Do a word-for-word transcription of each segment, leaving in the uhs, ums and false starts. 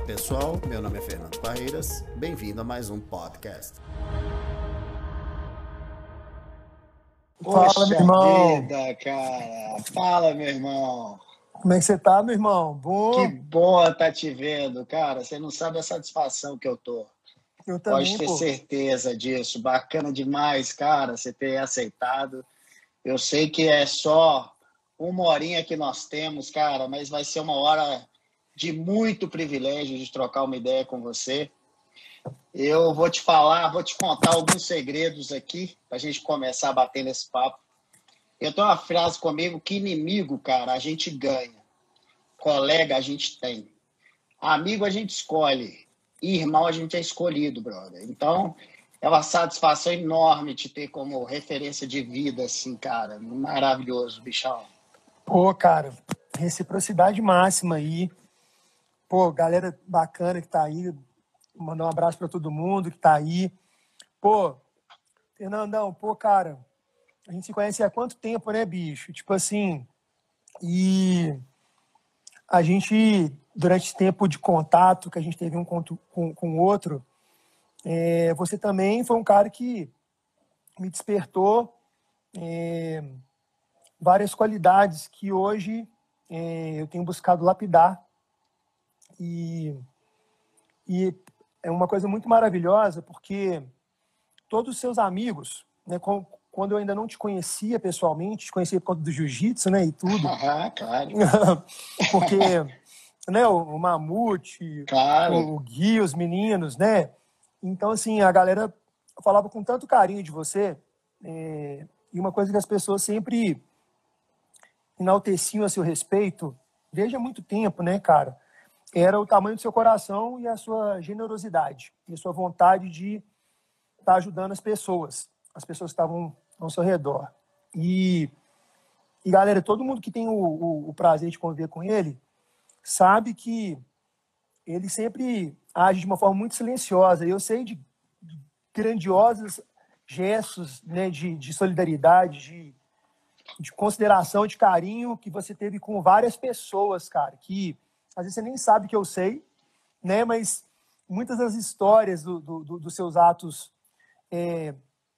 pessoal, meu nome é Fernando Parreiras, bem-vindo a mais um podcast. Poxa Fala, meu irmão. vida, cara. Fala, meu irmão. Como é que você tá, meu irmão? Que Bom? bom tá te vendo, cara. Você não sabe a satisfação que eu tô. Eu Pode também, ter pô. certeza disso. Bacana demais, cara, você ter aceitado. Eu sei que é só uma horinha que nós temos, cara, mas vai ser uma hora de muito privilégio de trocar uma ideia com você. Eu vou te falar, vou te contar alguns segredos aqui para a gente começar a bater nesse papo. Eu tenho uma frase comigo que inimigo, cara, a gente ganha. Colega, a gente tem. Amigo, a gente escolhe. Irmão, a gente é escolhido, brother. Então, é uma satisfação enorme te ter como referência de vida, assim, cara. Maravilhoso, bichão. Pô, cara, reciprocidade máxima aí. Pô, galera bacana que tá aí. Mandar um abraço pra todo mundo que tá aí. Pô, Fernandão, pô, cara, a gente se conhece há quanto tempo, né, bicho? Tipo assim, e a gente, durante esse tempo de contato que a gente teve um com, com, com o outro, é, você também foi um cara que me despertou é, várias qualidades que hoje é, eu tenho buscado lapidar. E, e é uma coisa muito maravilhosa, porque todos os seus amigos, né, com, quando eu ainda não te conhecia pessoalmente, te conhecia por conta do jiu-jitsu, né, e tudo, Ah, claro. porque né, o, o Mamute, Claro. o, o Gui, os meninos, né? Então, assim, a galera falava com tanto carinho de você, é, e uma coisa que as pessoas sempre enalteciam a seu respeito, desde há muito tempo, né, cara, era o tamanho do seu coração e a sua generosidade, e a sua vontade de estar ajudando as pessoas, as pessoas que estavam ao seu redor. E, e galera, todo mundo que tem o, o, o prazer de conviver com ele, sabe que ele sempre age de uma forma muito silenciosa. Eu sei de grandiosos gestos, né, de, de solidariedade, de, de consideração, de carinho que você teve com várias pessoas, cara, que às vezes você nem sabe que eu sei, né, mas muitas das histórias do, do, dos seus atos é,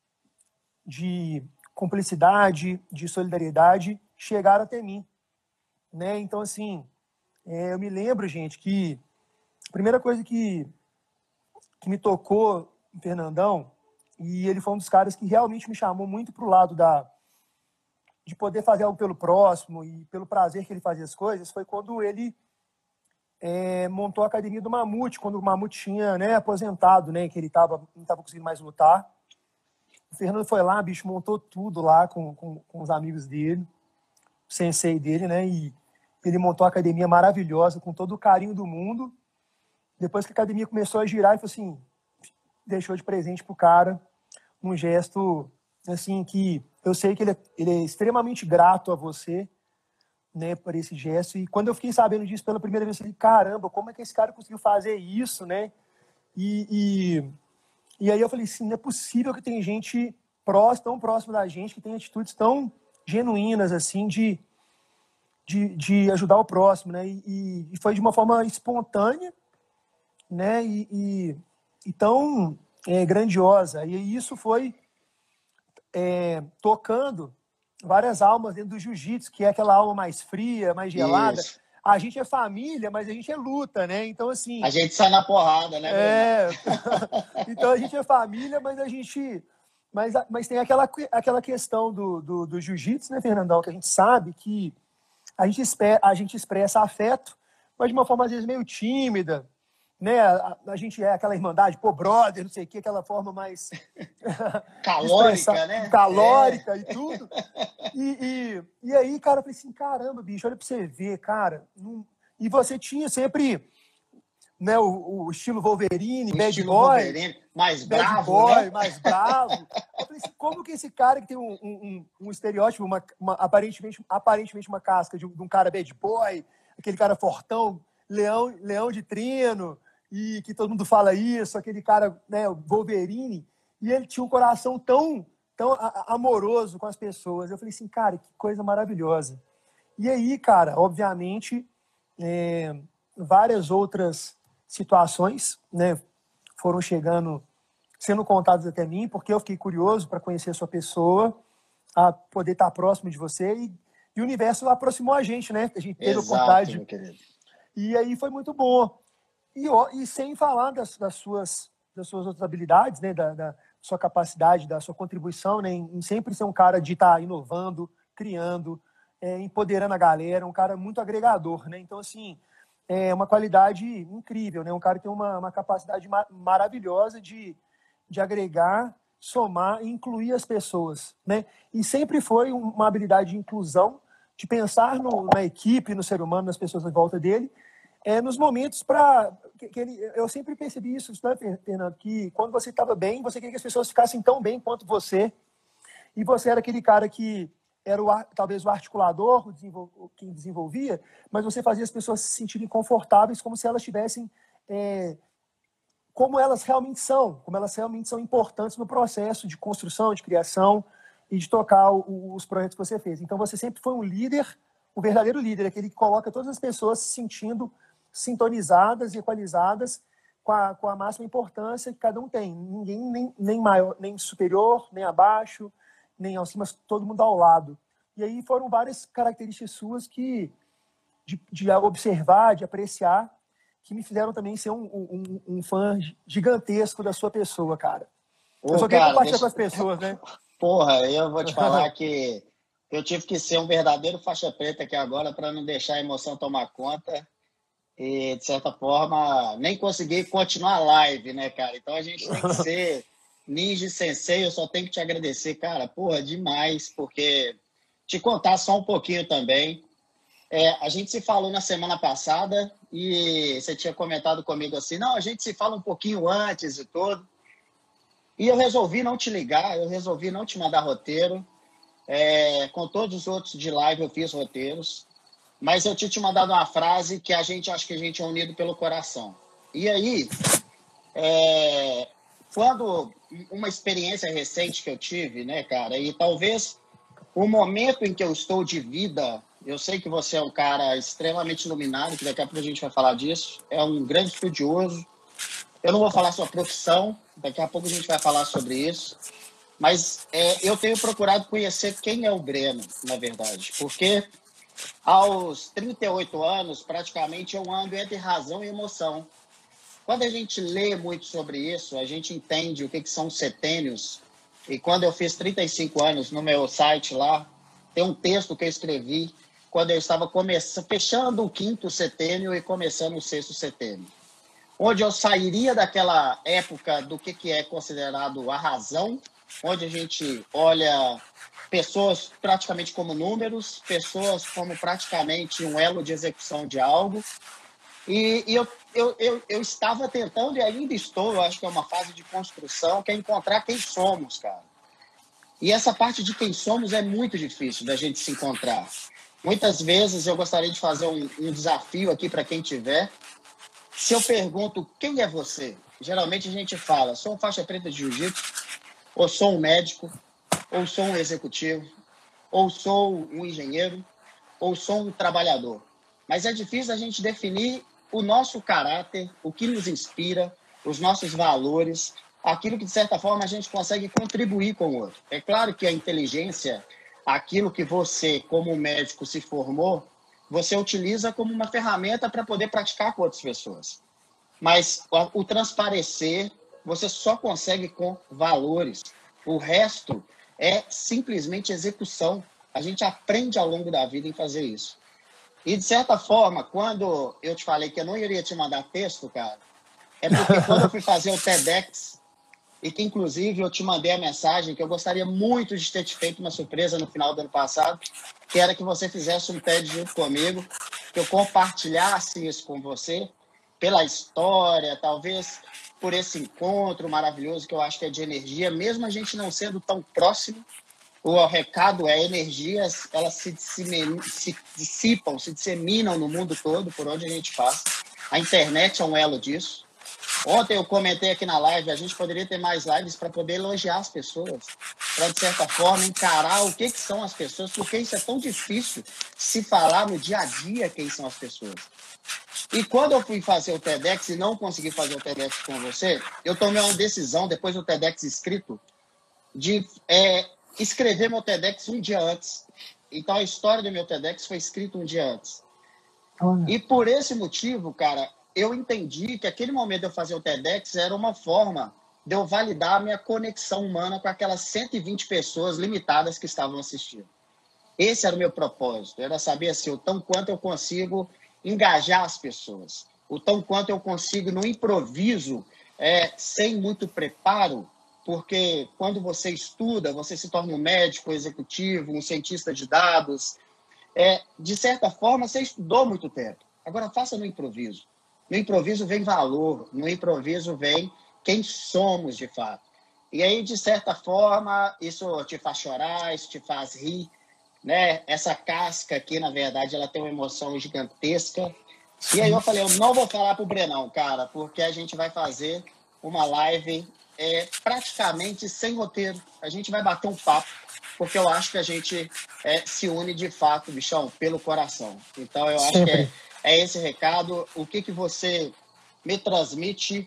de cumplicidade, de solidariedade, chegaram até mim, né? Então, assim, é, eu me lembro, gente, que a primeira coisa que, que me tocou em Fernandão, e ele foi um dos caras que realmente me chamou muito pro lado da, de poder fazer algo pelo próximo e pelo prazer que ele fazia as coisas, foi quando ele é, montou a academia do Mamute, quando o Mamute tinha, né, aposentado, né, que ele tava, não estava conseguindo mais lutar. O Fernando foi lá, bicho, montou tudo lá com, com, com os amigos dele, o sensei dele, né, e ele montou a academia maravilhosa, com todo o carinho do mundo. Depois que a academia começou a girar, ele falou assim, deixou de presente pro cara um gesto, assim, que eu sei que ele é, ele é extremamente grato a você, né, por esse gesto. E quando eu fiquei sabendo disso pela primeira vez, eu falei, caramba, como é que esse cara conseguiu fazer isso, né? E, e, e aí eu falei assim, não é possível que tem gente próximo, tão próximo da gente, que tem atitudes tão genuínas, assim, de, de, de ajudar o próximo, né? E, e foi de uma forma espontânea, né? E, e, e tão é, grandiosa. E isso foi é, tocando várias almas dentro do jiu-jitsu, que é aquela alma mais fria, mais gelada. Isso. A gente é família, mas a gente é luta, né? Então, assim... A gente sai na porrada, né, meu é... irmão? Então, a gente é família, mas a gente... Mas, mas tem aquela, aquela questão do, do, do jiu-jitsu, né, Fernandão? Que a gente sabe que a gente, espera, a gente expressa afeto, mas de uma forma, às vezes, meio tímida, né? A, a gente é aquela irmandade, pô, brother, não sei o quê, aquela forma mais... Calórica, né? Calórica É. e tudo. E, e, e aí, cara, eu falei assim, caramba, bicho, olha pra você ver, cara. Não... E você tinha sempre, né, o, o estilo Wolverine, O bad estilo boy. Wolverine, mais bad bravo, boy, né? mais bravo. Eu falei assim, como que esse cara que tem um, um, um estereótipo, uma, uma, aparentemente, aparentemente uma casca de um, de um cara bad boy, aquele cara fortão, leão, leão de treino, e que todo mundo fala isso, aquele cara, né, Wolverine, e ele tinha um coração tão, tão amoroso com as pessoas. Eu falei assim, cara, que coisa maravilhosa. E aí, cara, obviamente, é, várias outras situações, né, foram chegando, sendo contadas até mim, porque eu fiquei curioso para conhecer a sua pessoa, a poder estar próximo de você, e, e o universo aproximou a gente, né? A gente teve a oportunidade. Meu querido. E aí foi muito bom. E, e sem falar das, das, suas, das suas outras habilidades, né, da, da sua capacidade, da sua contribuição, né, em, em sempre ser um cara de estar inovando, criando, é, empoderando a galera, um cara muito agregador, né? Então, assim, é uma qualidade incrível, né? Um cara que tem uma, uma capacidade ma maravilhosa de, de agregar, somar e incluir as pessoas, né? E sempre foi uma habilidade de inclusão, de pensar no, na equipe, no ser humano, nas pessoas à volta dele, é, nos momentos para... Que, que ele, eu sempre percebi isso, né, Fernando? Que quando você estava bem, você queria que as pessoas ficassem tão bem quanto você. E você era aquele cara que era o, talvez o articulador, o desenvol, quem desenvolvia, mas você fazia as pessoas se sentirem confortáveis como se elas tivessem... É, como elas realmente são, como elas realmente são importantes no processo de construção, de criação e de tocar o, os projetos que você fez. Então, você sempre foi um líder, um verdadeiro líder, aquele que coloca todas as pessoas se sentindo sintonizadas e equalizadas com a, com a máxima importância que cada um tem. Ninguém nem, nem maior, nem superior, nem abaixo, nem ao cima, todo mundo ao lado. E aí foram várias características suas que, de, de observar, de apreciar, que me fizeram também ser um, um, um fã gigantesco da sua pessoa, cara. Ô, eu só queria cara, compartilhar deixa... com as pessoas, né? Porra, eu vou te falar que eu tive que ser um verdadeiro faixa preta aqui agora para não deixar a emoção tomar conta e, de certa forma, nem conseguir continuar a live, né, cara? Então a gente tem que ser ninja sensei. Eu só tenho que te agradecer, cara. Porra, demais, porque te contar só um pouquinho também. É, a gente se falou na semana passada e você tinha comentado comigo assim, não, a gente se fala um pouquinho antes e tudo. E eu resolvi não te ligar, eu resolvi não te mandar roteiro. É, com todos os outros de live eu fiz roteiros, mas eu tinha te mandado uma frase que a gente, acho que a gente é unido pelo coração. E aí, é, quando uma experiência recente que eu tive, né, cara, e talvez o momento em que eu estou de vida, eu sei que você é um cara extremamente iluminado, que daqui a pouco a gente vai falar disso, é um grande estudioso. Eu não vou falar sua profissão, daqui a pouco a gente vai falar sobre isso, mas é, eu tenho procurado conhecer quem é o Breno, na verdade, porque aos trinta e oito anos, praticamente, eu ando entre razão e emoção. Quando a gente lê muito sobre isso, a gente entende o que, que são os setênios. E quando eu fiz trinta e cinco anos, no meu site lá, tem um texto que eu escrevi quando eu estava começando, fechando o quinto setênio e começando o sexto setênio. Onde eu sairia daquela época do que, que é considerado a razão, onde a gente olha pessoas praticamente como números, pessoas como praticamente um elo de execução de algo. E, e eu, eu, eu, eu estava tentando, e ainda estou, eu acho que é uma fase de construção, que é encontrar quem somos, cara. E essa parte de quem somos é muito difícil da gente se encontrar. Muitas vezes eu gostaria de fazer um, um desafio aqui para quem tiver. Se eu pergunto quem é você, geralmente a gente fala, sou um faixa preta de jiu-jitsu, ou sou um médico, ou sou um executivo, ou sou um engenheiro, ou sou um trabalhador. Mas é difícil a gente definir o nosso caráter, o que nos inspira, os nossos valores, aquilo que, de certa forma, a gente consegue contribuir com o outro. É claro que a inteligência, aquilo que você, como médico, se formou, você utiliza como uma ferramenta para poder praticar com outras pessoas. Mas o transparecer, você só consegue com valores. O resto é simplesmente execução. A gente aprende ao longo da vida em fazer isso. E, de certa forma, quando eu te falei que eu não iria te mandar texto, cara, é porque quando eu fui fazer o TEDx, e que, inclusive, eu te mandei a mensagem que eu gostaria muito de ter te feito uma surpresa no final do ano passado, que era que você fizesse um TED junto comigo, que eu compartilhasse isso com você, pela história, talvez por esse encontro maravilhoso que eu acho que é de energia, mesmo a gente não sendo tão próximo, o recado é energias, elas se, se dissipam, se disseminam no mundo todo, por onde a gente passa. A internet é um elo disso. Ontem eu comentei aqui na live, a gente poderia ter mais lives para poder elogiar as pessoas, para, de certa forma, encarar o que, que são as pessoas, porque isso é tão difícil se falar no dia a dia quem são as pessoas. E quando eu fui fazer o TEDx e não consegui fazer o TEDx com você, eu tomei uma decisão, depois do TEDx escrito, de é, escrever meu TEDx um dia antes. Então, a história do meu TEDx foi escrita um dia antes. Olha. E por esse motivo, cara, eu entendi que aquele momento de eu fazer o TEDx era uma forma de eu validar a minha conexão humana com aquelas cento e vinte pessoas limitadas que estavam assistindo. Esse era o meu propósito, era saber assim, o tão quanto eu consigo engajar as pessoas, o tão quanto eu consigo no improviso, é, sem muito preparo, porque quando você estuda, você se torna um médico executivo, um cientista de dados, é, de certa forma você estudou muito tempo. Agora faça no improviso. No improviso vem valor, no improviso vem quem somos de fato. E aí, de certa forma, isso te faz chorar, isso te faz rir, né? Essa casca aqui, na verdade, ela tem uma emoção gigantesca. E aí eu falei, eu não vou falar pro Brenão, cara, porque a gente vai fazer uma live é, praticamente sem roteiro. A gente vai bater um papo, porque eu acho que a gente é, se une de fato, bichão, pelo coração. Então, eu acho Sempre. que é, é esse recado. O que, que você me transmite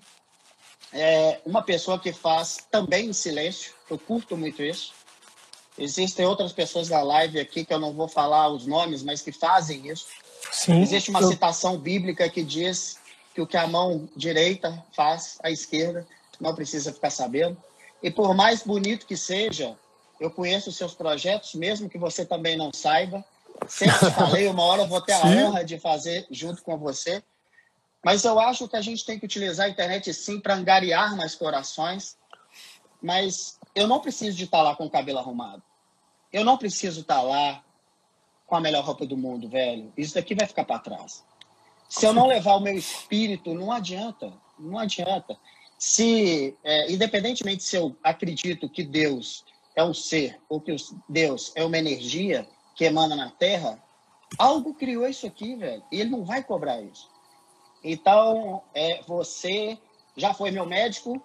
é uma pessoa que faz também em silêncio. Eu curto muito isso. Existem outras pessoas na live aqui que eu não vou falar os nomes, mas que fazem isso. Sim, Existe uma eu... citação bíblica que diz que o que a mão direita faz, a esquerda não precisa ficar sabendo. E por mais bonito que seja, eu conheço os seus projetos, mesmo que você também não saiba. Sempre te falei, uma hora eu vou ter a sim. honra de fazer junto com você. Mas eu acho que a gente tem que utilizar a internet, sim, para angariar mais corações. Mas eu não preciso de estar lá com o cabelo arrumado. Eu não preciso estar lá com a melhor roupa do mundo, velho. Isso daqui vai ficar para trás. Se eu não levar o meu espírito, não adianta. Não adianta. Se, é, independentemente se eu acredito que Deus é um ser ou que Deus é uma energia que emana na Terra, algo criou isso aqui, velho. E ele não vai cobrar isso. Então, é, você já foi meu médico,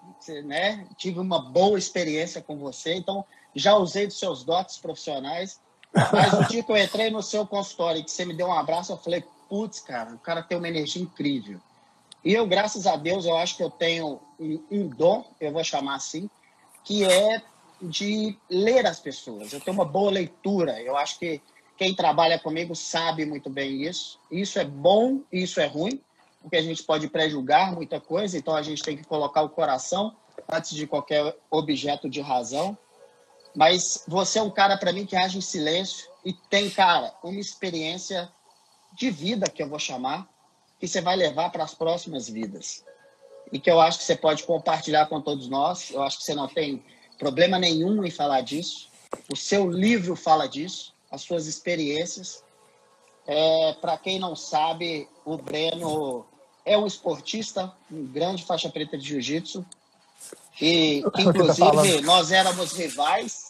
né? Tive uma boa experiência com você, então já usei dos seus dotes profissionais, mas o dia que eu entrei no seu consultório e que você me deu um abraço, eu falei, putz, cara, o cara tem uma energia incrível. E eu, graças a Deus, eu acho que eu tenho um, um dom, eu vou chamar assim, que é de ler as pessoas. Eu tenho uma boa leitura, eu acho que quem trabalha comigo sabe muito bem isso. Isso é bom e isso é ruim, porque a gente pode pré-julgar muita coisa, então a gente tem que colocar o coração antes de qualquer objeto de razão. Mas você é um cara, para mim, que age em silêncio e tem, cara, uma experiência de vida, que eu vou chamar, que você vai levar para as próximas vidas. E que eu acho que você pode compartilhar com todos nós. Eu acho que você não tem problema nenhum em falar disso. O seu livro fala disso, as suas experiências. É, para quem não sabe, o Breno é um esportista, um grande faixa preta de jiu-jitsu, e que, inclusive, nós éramos rivais.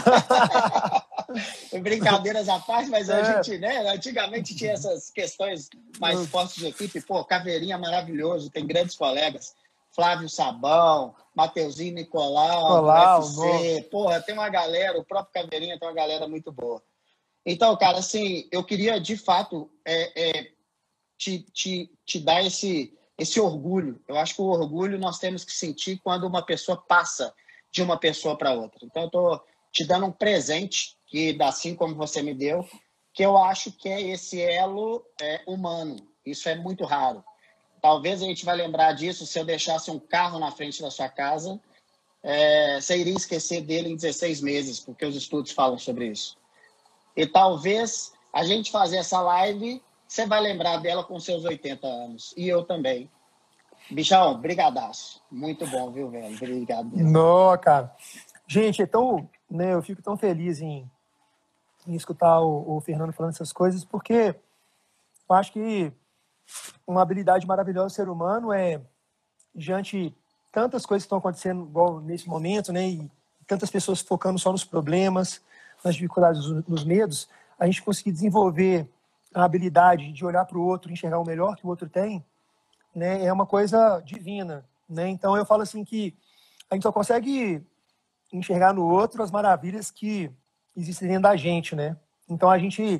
Brincadeiras à parte, mas a é. gente, né, antigamente tinha essas questões mais fortes de equipe. Pô, Caveirinha maravilhoso, tem grandes colegas. Flávio Sabão, Mateuzinho Nicolau, Nicolau do U F C. Nossa. Porra, tem uma galera, o próprio Caveirinha tem uma galera muito boa. Então, cara, assim, eu queria, de fato, é, é, te, te, te dar esse, esse orgulho. Eu acho que o orgulho nós temos que sentir quando uma pessoa passa de uma pessoa para outra. Então, eu estou te dando um presente, que assim como você me deu, que eu acho que é esse elo é, humano. Isso é muito raro. Talvez a gente vai lembrar disso se eu deixasse um carro na frente da sua casa, é, você iria esquecer dele em dezesseis meses, porque os estudos falam sobre isso. E talvez a gente fazer essa live, você vai lembrar dela com seus oitenta anos. E eu também. Bichão, brigadaço. Muito bom, viu, velho? Obrigado. Não, cara. Gente, então, né, eu fico tão feliz em, em escutar o, o Fernando falando essas coisas, porque eu acho que uma habilidade maravilhosa do ser humano é, diante tantas coisas que estão acontecendo igual nesse momento, né, e tantas pessoas focando só nos problemas, nas dificuldades, nos medos, a gente conseguir desenvolver a habilidade de olhar para o outro, enxergar o melhor que o outro tem, né, é uma coisa divina, né? Então eu falo assim que a gente só consegue enxergar no outro as maravilhas que existem dentro da gente, né? Então a gente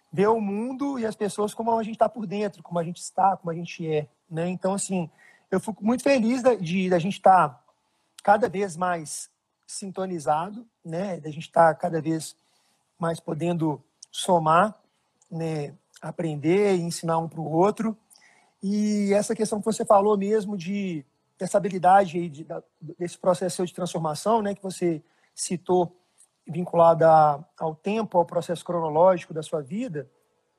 ver o mundo e as pessoas como a gente está por dentro, como a gente está, como a gente é, né? Então, assim, eu fico muito feliz da, de da gente estar tá cada vez mais sintonizado, né? Da gente estar tá cada vez mais podendo somar, né? Aprender e ensinar um para o outro. E essa questão que você falou mesmo de dessa habilidade aí de, desse processo de transformação, né? Que você citou, vinculada ao tempo, ao processo cronológico da sua vida,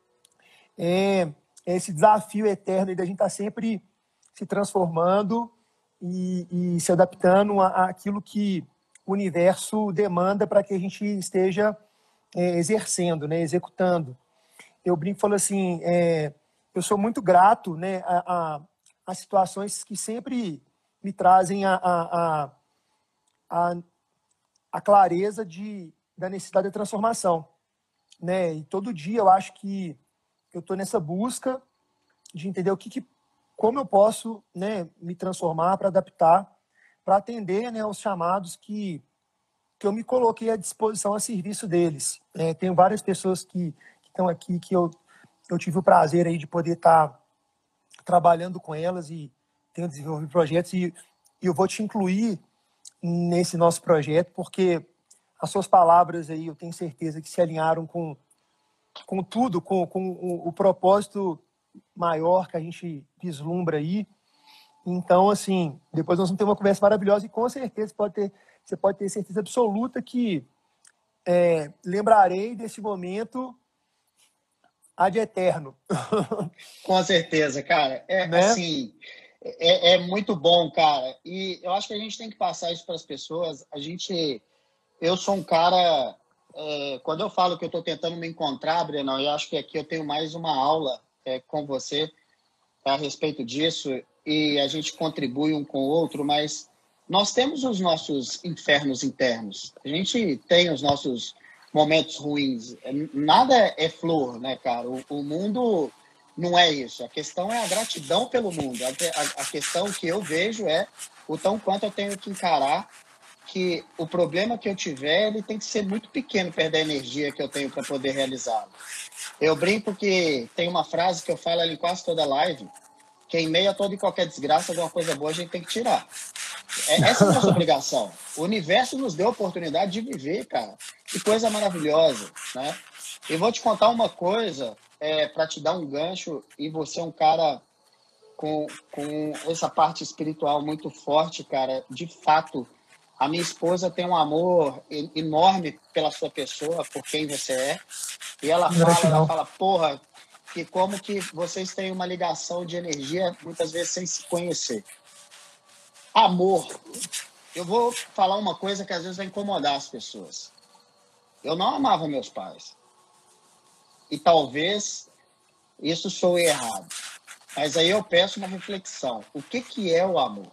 é esse desafio eterno da gente estar sempre se transformando e, e se adaptando àquilo que o universo demanda para que a gente esteja é, exercendo, né, executando. Eu brinco e falo assim, é, eu sou muito grato, né, a, a, a situações que sempre me trazem a, a, a, a a clareza de, da necessidade da transformação, né? E todo dia eu acho que eu estou nessa busca de entender o que, que como eu posso, né, me transformar para adaptar, para atender, né, aos chamados que, que eu me coloquei à disposição a serviço deles. É, tenho várias pessoas que estão aqui que eu, eu tive o prazer aí de poder estar tá trabalhando com elas e tenho desenvolvido projetos e, e eu vou te incluir nesse nosso projeto, porque as suas palavras aí eu tenho certeza que se alinharam com, com tudo, com, com o, o propósito maior que a gente vislumbra aí. Então, assim, depois nós vamos ter uma conversa maravilhosa e com certeza pode ter, você pode ter certeza absoluta que é, lembrarei desse momento ad eterno. Com certeza, cara. É, né? Assim... É, é muito bom, cara. E eu acho que a gente tem que passar isso para as pessoas. A gente, eu sou um cara, é, quando eu falo que eu estou tentando me encontrar, Breno, eu acho que aqui eu tenho mais uma aula é, com você a respeito disso e a gente contribui um com o outro, mas nós temos os nossos infernos internos. A gente tem os nossos momentos ruins. Nada é flor, né, cara? O, o mundo... Não é isso. A questão é a gratidão pelo mundo. A, a, a questão que eu vejo é o tão quanto eu tenho que encarar que o problema que eu tiver ele tem que ser muito pequeno perto da energia que eu tenho para poder realizá-lo. Eu brinco que tem uma frase que eu falo ali quase toda live, que em meio a toda e qualquer desgraça, alguma coisa boa a gente tem que tirar. É, essa é a nossa obrigação. O universo nos deu a oportunidade de viver, cara. Que coisa maravilhosa, né? E vou te contar uma coisa... É, para te dar um gancho, e você é um cara com, com essa parte espiritual muito forte, cara. De fato, a minha esposa tem um amor enorme pela sua pessoa, por quem você é. E ela fala, ela fala, porra, que como que vocês têm uma ligação de energia, muitas vezes sem se conhecer. Amor. Eu vou falar uma coisa que às vezes vai incomodar as pessoas. Eu não amava meus pais. E talvez isso soe errado. Mas aí eu peço uma reflexão. O que, que é o amor?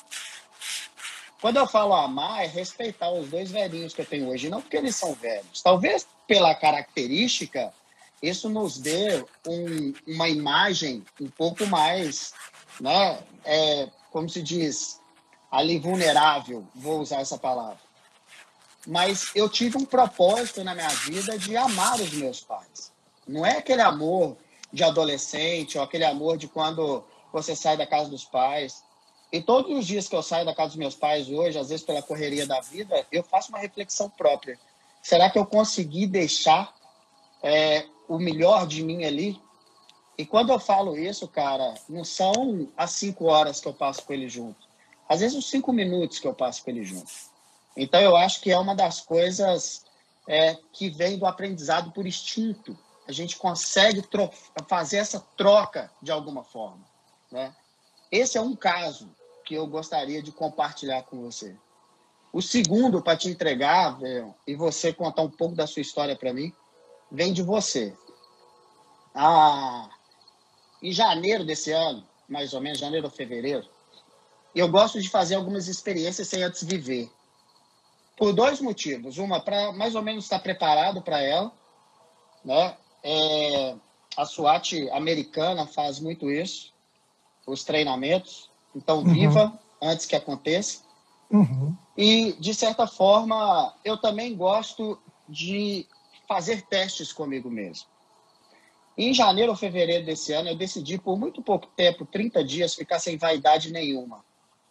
Quando eu falo amar, é respeitar os dois velhinhos que eu tenho hoje. Não porque eles são velhos. Talvez pela característica, isso nos dê um, uma imagem um pouco mais, né, é, como se diz, ali vulnerável. Vou usar essa palavra. Mas eu tive um propósito na minha vida de amar os meus pais. Não é aquele amor de adolescente ou aquele amor de quando você sai da casa dos pais. E todos os dias que eu saio da casa dos meus pais hoje, às vezes pela correria da vida, eu faço uma reflexão própria. Será que eu consegui deixar é, o melhor de mim ali? E quando eu falo isso, cara, não são as cinco horas que eu passo com ele junto. Às vezes os cinco minutos que eu passo com ele junto. Então eu acho que é uma das coisas é, que vem do aprendizado por instinto. A gente consegue fazer essa troca de alguma forma, né? Esse é um caso que eu gostaria de compartilhar com você. O segundo, para te entregar, velho, e você contar um pouco da sua história para mim, vem de você. Ah, em janeiro desse ano, mais ou menos, janeiro ou fevereiro, eu gosto de fazer algumas experiências sem antes viver. Por dois motivos. Uma, para mais ou menos estar preparado para ela, né? É, a SWAT americana faz muito isso, os treinamentos. Então, uhum. Viva antes que aconteça. Uhum. E, de certa forma, eu também gosto de fazer testes comigo mesmo. Em janeiro ou fevereiro desse ano, eu decidi, por muito pouco tempo, trinta dias, ficar sem vaidade nenhuma.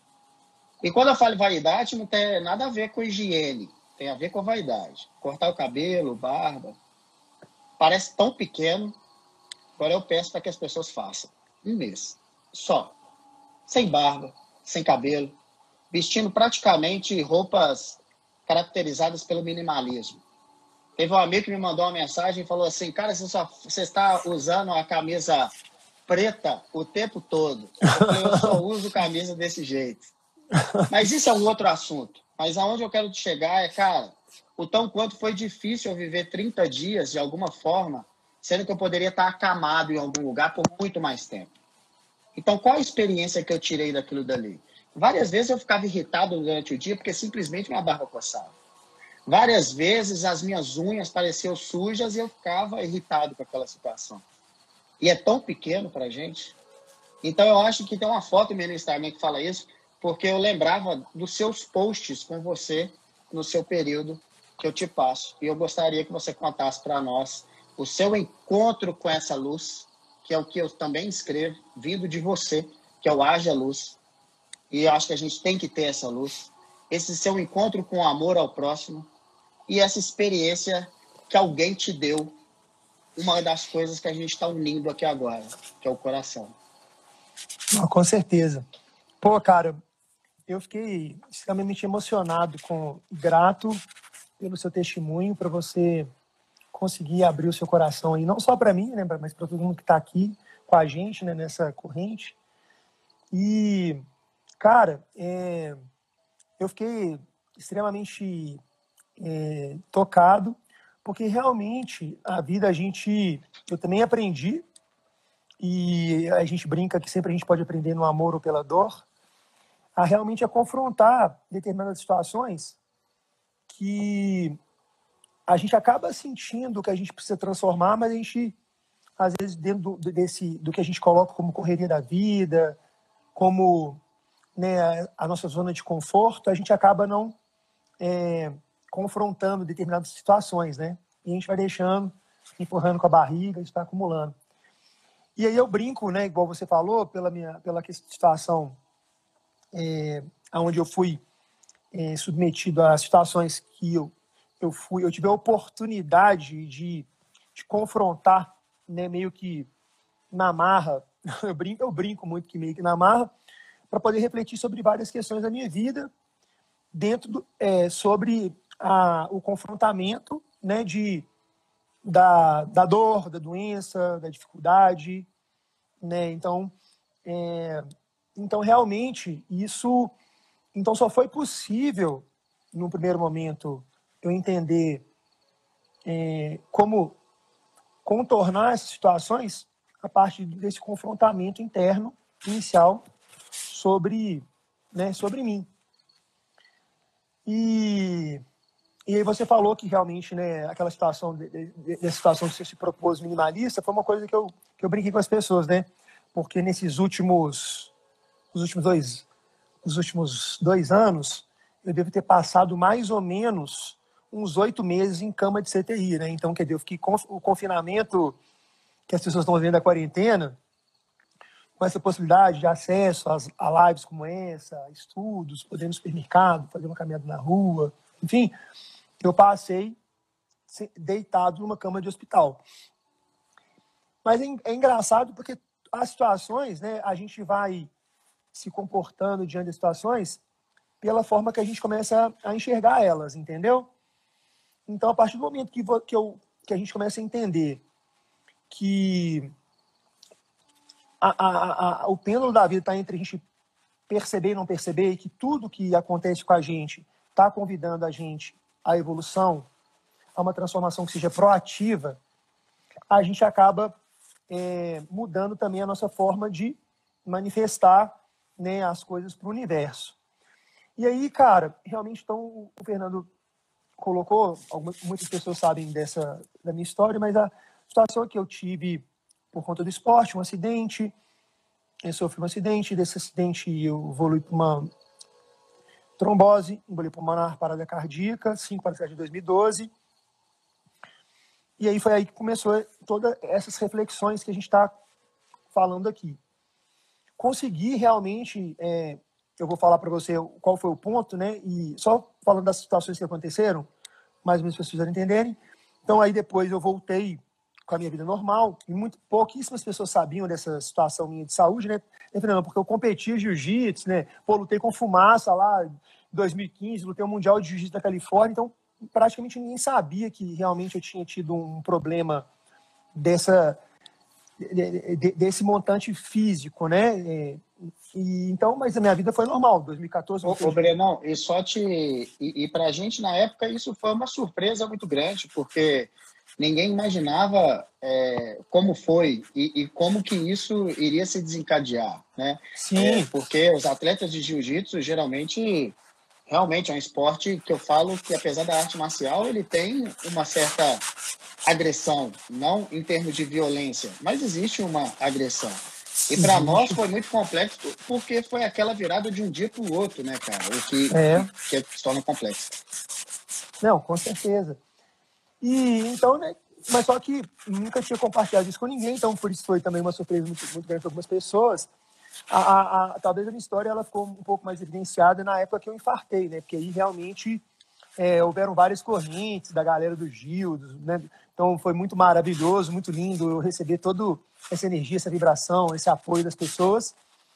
E quando eu falo vaidade, não tem nada a ver com higiene, tem a ver com vaidade. Cortar o cabelo, barba, parece tão pequeno, agora eu peço para que as pessoas façam. Um mês, só. Sem barba, sem cabelo, vestindo praticamente roupas caracterizadas pelo minimalismo. Teve um amigo que me mandou uma mensagem e falou assim, cara, você, só, você está usando a camisa preta o tempo todo. Eu falei, eu só uso camisa desse jeito. Mas isso é um outro assunto. Mas aonde eu quero chegar é, cara, o tão quanto foi difícil eu viver trinta dias, de alguma forma, sendo que eu poderia estar acamado em algum lugar por muito mais tempo. Então, qual a experiência que eu tirei daquilo dali? Várias vezes eu ficava irritado durante o dia porque simplesmente minha barba coçava. Várias vezes as minhas unhas pareciam sujas e eu ficava irritado com aquela situação. E é tão pequeno para a gente. Então, eu acho que tem uma foto minha no Instagram que fala isso, porque eu lembrava dos seus posts com você no seu período que eu te passo. E eu gostaria que você contasse para nós o seu encontro com essa luz, que é o que eu também escrevo, vindo de você, que é o Haja Luz. E eu acho que a gente tem que ter essa luz. Esse seu encontro com o amor ao próximo e essa experiência que alguém te deu, uma das coisas que a gente está unindo aqui agora, que é o coração. Ah, com certeza. Pô, cara, eu fiquei extremamente emocionado, com grato pelo seu testemunho, para você conseguir abrir o seu coração aí, não só para mim, né, mas para todo mundo que está aqui com a gente, né, nessa corrente. E, cara, é, eu fiquei extremamente é, tocado, porque realmente a vida a gente, eu também aprendi, e a gente brinca que sempre a gente pode aprender no amor ou pela dor, a realmente a confrontar determinadas situações que a gente acaba sentindo que a gente precisa transformar, mas a gente, às vezes, dentro do, desse, do que a gente coloca como correria da vida, como, né, a nossa zona de conforto, a gente acaba não é, confrontando determinadas situações, né? E a gente vai deixando, empurrando com a barriga, isso está acumulando. E aí eu brinco, né, igual você falou, pela minha pela situação é, onde eu fui é, submetido a situações que eu eu fui, eu tive a oportunidade de, de confrontar, né, meio que na marra, eu brinco, eu brinco muito que meio que na marra, para poder refletir sobre várias questões da minha vida, dentro do, é, sobre a, o confrontamento, né, de, da, da dor, da doença, da dificuldade, né, então, é, então realmente isso, então só foi possível, no primeiro momento, eu entender é, como contornar essas situações a partir desse confrontamento interno inicial sobre, né, sobre mim. E, e aí você falou que realmente, né, aquela situação, de, de, dessa situação que você se propôs minimalista, foi uma coisa que eu, que eu brinquei com as pessoas, né? Porque nesses últimos, os últimos dois, os últimos dois anos, eu devo ter passado mais ou menos uns oito meses em cama de C T I, né? Então, quer dizer, eu fiquei com o confinamento que as pessoas estão vivendo da quarentena, com essa possibilidade de acesso às, a lives como essa, estudos, poder ir no supermercado, fazer uma caminhada na rua, enfim, eu passei deitado numa cama de hospital. Mas é, é engraçado porque as situações, né, a gente vai se comportando diante das situações pela forma que a gente começa a enxergar elas, entendeu? Então, a partir do momento que, que, eu, que a gente começa a entender que a, a, a, o pêndulo da vida está entre a gente perceber e não perceber, e que tudo que acontece com a gente está convidando a gente à evolução, a uma transformação que seja proativa, a gente acaba é, mudando também a nossa forma de manifestar, né, as coisas para o universo. E aí, cara, realmente, então, o Fernando colocou, algumas, muitas pessoas sabem dessa, da minha história, mas a situação que eu tive por conta do esporte, um acidente, eu sofri um acidente, desse acidente eu evolui para uma trombose, embolia pulmonar, parada cardíaca, cinco para trás de dois mil e doze. E aí foi aí que começou todas essas reflexões que a gente está falando aqui. Consegui realmente, é, eu vou falar para você qual foi o ponto, né? E só falando das situações que aconteceram, mais ou menos para as pessoas entenderem. Então aí depois eu voltei com a minha vida normal, e muito, pouquíssimas pessoas sabiam dessa situação minha de saúde, né? Não, porque eu competi jiu-jitsu, né? Pô, lutei com Fumaça lá em dois mil e quinze, lutei o Mundial de Jiu-Jitsu da Califórnia, então praticamente ninguém sabia que realmente eu tinha tido um problema dessa, desse montante físico, né? E, então, mas a minha vida foi normal, dois mil e quatorze... Ô, ô Brenão, e só te... E, e pra gente, na época, isso foi uma surpresa muito grande, porque ninguém imaginava é, como foi e, e como que isso iria se desencadear, né? Sim. É, porque os atletas de jiu-jitsu, geralmente, realmente é um esporte que eu falo que, apesar da arte marcial, ele tem uma certa agressão, não em termos de violência, mas existe uma agressão. E para nós foi muito complexo, porque foi aquela virada de um dia para o outro, né, cara? O que, é. que, que se torna complexo. Não, com certeza. E então, né? Mas só que nunca tinha compartilhado isso com ninguém, então por isso foi também uma surpresa muito, muito grande para algumas pessoas. A, a, a, talvez a minha história ela ficou um pouco mais evidenciada na época que eu infartei, né? Porque aí realmente é, houveram várias correntes da galera do Gil, do, né? Então foi muito maravilhoso, muito lindo eu receber toda essa energia, essa vibração, esse apoio das pessoas,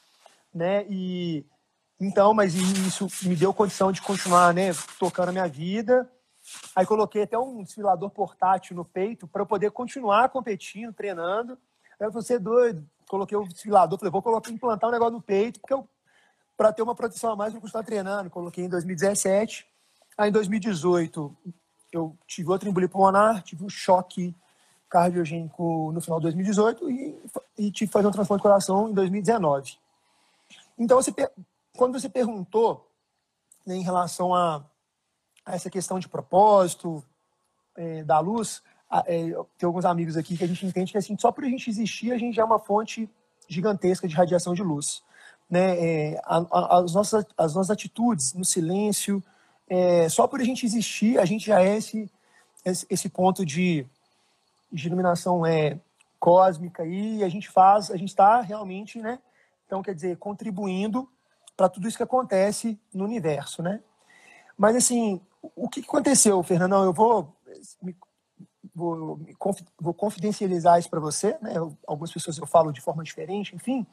né? E então, mas isso me deu condição de continuar, né, tocando a minha vida. Aí coloquei até um desfilador portátil no peito para eu poder continuar competindo, treinando. Aí eu falei, você é doido. Coloquei o desfilador, falei, vou colocar, implantar um negócio no peito, porque eu, para ter uma proteção a mais, eu vou continuar treinando. Coloquei em dois mil e dezessete. Aí em dois mil e dezoito, eu tive outra embolia pulmonar, tive um choque cardiogênico no final de dois mil e dezoito e, e tive que fazer um transplante de coração em dois mil e dezenove. Então, você, quando você perguntou, né, em relação a a essa questão de propósito, é, da luz, é, tem alguns amigos aqui que a gente entende que assim, só por a gente existir, a gente já é uma fonte gigantesca de radiação de luz. Né? É, a, a, as, nossas, as nossas atitudes no silêncio, é, só por a gente existir, a gente já é esse, esse, esse ponto de, de iluminação é, cósmica e a gente faz, a gente está realmente, né? Então, quer dizer, contribuindo para tudo isso que acontece no universo, né? Mas, assim, o que aconteceu, Fernandão? Eu vou, me, vou, me, vou confidencializar isso para você, né? Eu, algumas pessoas eu falo de forma diferente, enfim.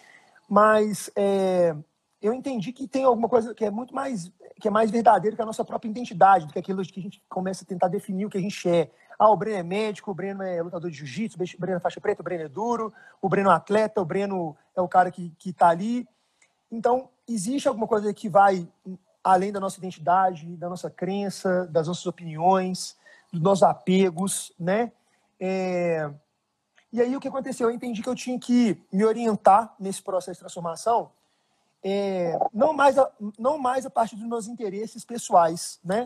Mas é, eu entendi que tem alguma coisa que é muito mais, que é mais verdadeiro que a nossa própria identidade, do que aquilo que a gente começa a tentar definir o que a gente é. Ah, o Breno é médico, o Breno é lutador de jiu-jitsu, o Breno é faixa preta, o Breno é duro, o Breno é atleta, o Breno é o cara que está ali. Então, existe alguma coisa que vai além da nossa identidade, da nossa crença, das nossas opiniões, dos nossos apegos, né? É... E aí o que aconteceu? Eu entendi que eu tinha que me orientar nesse processo de transformação, é... não, mais a... não mais a partir dos meus interesses pessoais, né?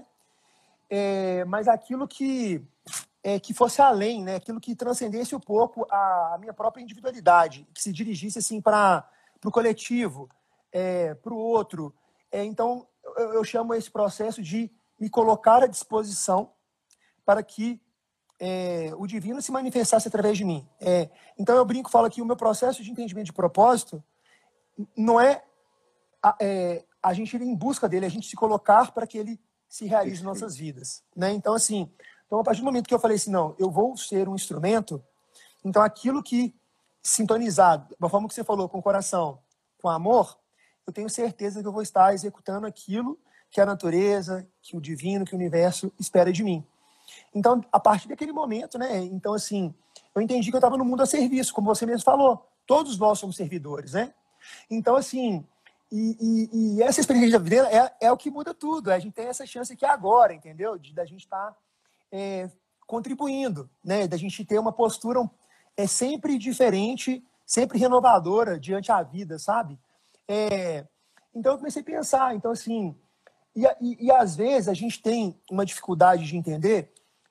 É... Mas aquilo que, é, que fosse além, né? Aquilo que transcendesse um pouco a minha própria individualidade, que se dirigisse assim para o coletivo, é, para o outro. É, então, eu, eu chamo esse processo de me colocar à disposição para que é, o divino se manifestasse através de mim. É, então, eu brinco, falo que o meu processo de entendimento de propósito não é a, é, a gente ir em busca dele, a gente se colocar para que ele se realize em nossas vidas. Né? Então, assim, então, a partir do momento que eu falei assim, não, eu vou ser um instrumento, então aquilo que sintonizado, da forma que você falou, com o coração, com amor, eu tenho certeza que eu vou estar executando aquilo que a natureza, que o divino, que o universo espera de mim. Então, a partir daquele momento, né? Então, assim, eu entendi que eu estava no mundo a serviço, como você mesmo falou. Todos nós somos servidores, né? Então, assim, e, e, e essa experiência da vida é, é o que muda tudo. A gente tem essa chance aqui agora, entendeu? De da gente estar tá, é, contribuindo, né? Da gente ter uma postura é, sempre diferente, sempre renovadora diante da vida, sabe? É, então eu comecei a pensar, então assim, e, e, e às vezes a gente tem uma dificuldade de entender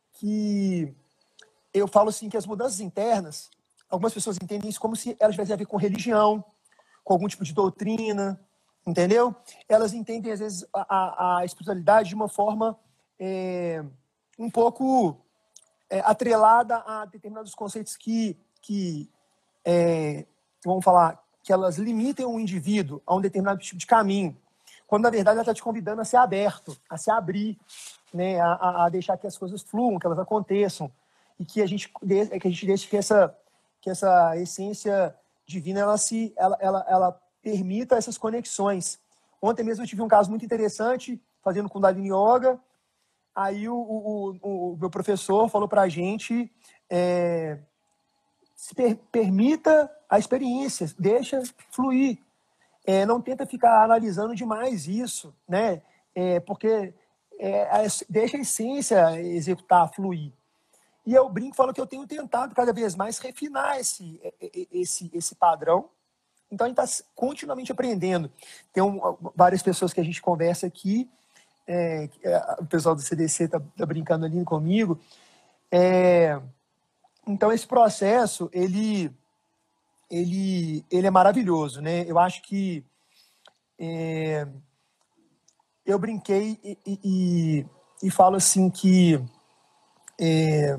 que eu falo assim que as mudanças internas, algumas pessoas entendem isso como se elas tivessem a ver com religião, com algum tipo de doutrina, entendeu? Elas entendem às vezes a, a, a espiritualidade de uma forma é, um pouco é, atrelada a determinados conceitos que, que é, vamos falar, que elas limitem o indivíduo a um determinado tipo de caminho, quando, na verdade, ela está te convidando a ser aberto, a se abrir, né, a, a deixar que as coisas fluam, que elas aconteçam, e que a gente, que a gente deixe que essa, que essa essência divina ela, se, ela, ela, ela permita essas conexões. Ontem mesmo eu tive um caso muito interessante, fazendo Kundalini Yoga, aí o, o, o, o meu professor falou para a gente... É, se per, permita a experiência, deixa fluir. É, não tenta ficar analisando demais isso, né? É, porque é, deixa a essência executar, fluir. E eu brinco e falo que eu tenho tentado cada vez mais refinar esse, esse, esse padrão. Então a gente está continuamente aprendendo. Tem um, várias pessoas que a gente conversa aqui, é, o pessoal do C D C está tá brincando ali comigo. É, então esse processo, ele, ele, ele é maravilhoso, né? Eu acho que é, eu brinquei e, e, e falo assim que é,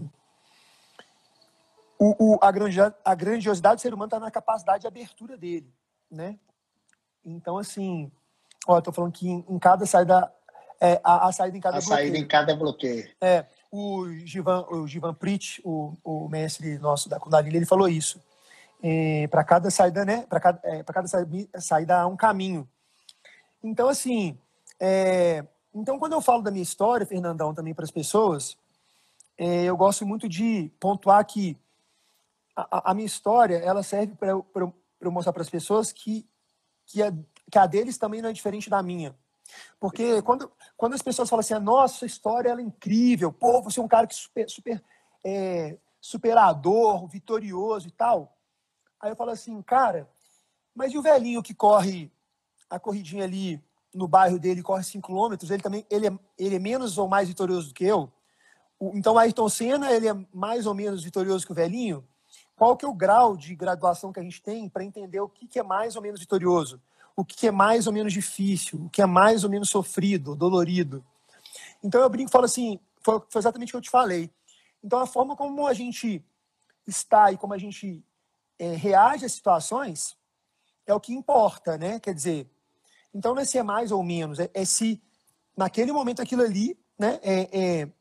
o, o, a, a grandiosidade do ser humano está na capacidade de abertura dele, né? Então, assim, ó, eu tô falando que em, em cada saída, é, a, a saída em cada a bloqueio. A saída em cada bloqueio. É, o Jivan, o Jivan Prit, o, o mestre nosso da Kundalini, ele falou isso. É, para cada saída, né? Para cada, é, para cada saída, saída há um caminho. Então, assim, é, então quando eu falo da minha história, Fernandão, também para as pessoas, é, eu gosto muito de pontuar que a, a minha história, ela serve para eu, eu mostrar para as pessoas que, que, a, que a deles também não é diferente da minha. Porque quando, quando as pessoas falam assim, a nossa história ela é incrível, pô, você é um cara que super, super é, superador, vitorioso e tal. Aí eu falo assim, cara, mas e o velhinho que corre a corridinha ali no bairro dele, corre cinco quilômetros, ele também ele é, ele é menos ou mais vitorioso do que eu? Então, o Ayrton Senna, ele é mais ou menos vitorioso que o velhinho? Qual que é o grau de graduação que a gente tem para entender o que, que é mais ou menos vitorioso? O que, que é mais ou menos difícil? O que é mais ou menos sofrido, dolorido? Então, eu brinco e falo assim, foi, foi exatamente o que eu te falei. Então, a forma como a gente está e como a gente é, reage às situações é o que importa, né? Quer dizer, então não é se é mais ou menos, é, é se naquele momento aquilo ali, né, é, é,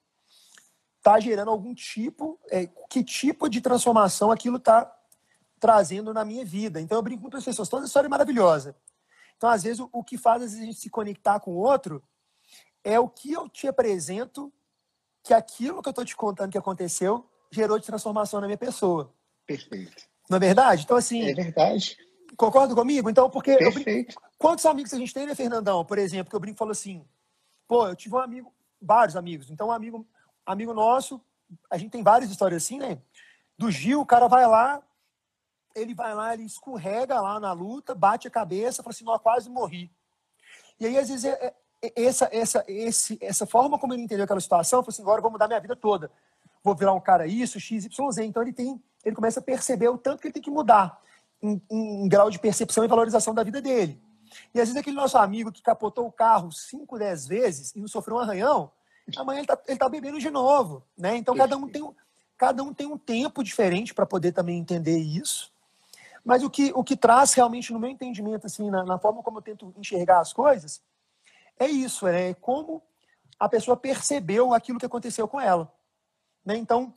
tá gerando algum tipo, é, que tipo de transformação aquilo tá trazendo na minha vida. Então eu brinco com muitas pessoas, toda história é maravilhosa. Então às vezes o, o que faz às vezes, a gente se conectar com o outro é o que eu te apresento, que aquilo que eu tô te contando que aconteceu gerou de transformação na minha pessoa. Perfeito. Não é verdade? Então assim... É verdade. Concorda comigo? Então, porque... Perfeito. Eu brinco, quantos amigos a gente tem, né, Fernandão? Por exemplo, que eu brinco e falo assim, pô, eu tive um amigo, vários amigos, então um amigo, amigo nosso, a gente tem várias histórias assim, né? Do Gil, o cara vai lá, ele vai lá, ele escorrega lá na luta, bate a cabeça, fala assim, não, quase morri. E aí, às vezes, é, é, essa, essa, esse, essa forma como ele entendeu aquela situação, falou assim, agora eu vou mudar minha vida toda. Vou virar um cara isso, X, Y, Z. Então, ele, tem, ele começa a perceber o tanto que ele tem que mudar em, em, em grau de percepção e valorização da vida dele. E, às vezes, aquele nosso amigo que capotou o carro cinco, dez vezes e não sofreu um arranhão, amanhã ele tá, ele tá bebendo de novo, né? Então, cada um tem, cada um tem um tempo diferente para poder também entender isso. Mas o que, o que traz realmente, no meu entendimento, assim, na, na forma como eu tento enxergar as coisas, é isso, é como a pessoa percebeu aquilo que aconteceu com ela. Né? Então,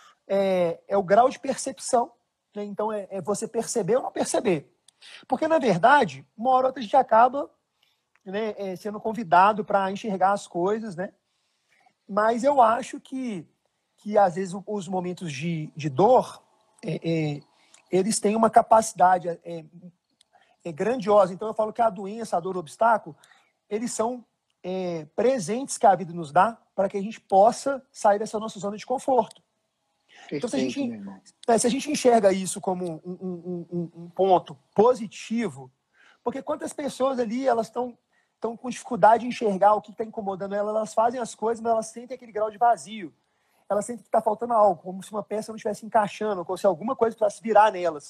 é, é o grau de percepção. Né? Então, é, é você perceber ou não perceber. Porque, na verdade, uma hora ou outra a gente acaba, né, é, sendo convidado para enxergar as coisas, né? Mas eu acho que, que às vezes, os momentos de, de dor... É, é, eles têm uma capacidade é, é, grandiosa. Então, eu falo que a doença, a dor, o obstáculo, eles são é, presentes que a vida nos dá para que a gente possa sair dessa nossa zona de conforto. Perfeito, então, se a, gente, meu irmão. se a gente enxerga isso como um, um, um, um ponto positivo, porque quantas pessoas ali, elas estão estão com dificuldade de enxergar o que está incomodando elas, elas fazem as coisas, mas elas sentem aquele grau de vazio. Elas sentem que está faltando algo, como se uma peça não estivesse encaixando, como se alguma coisa precisasse virar nelas.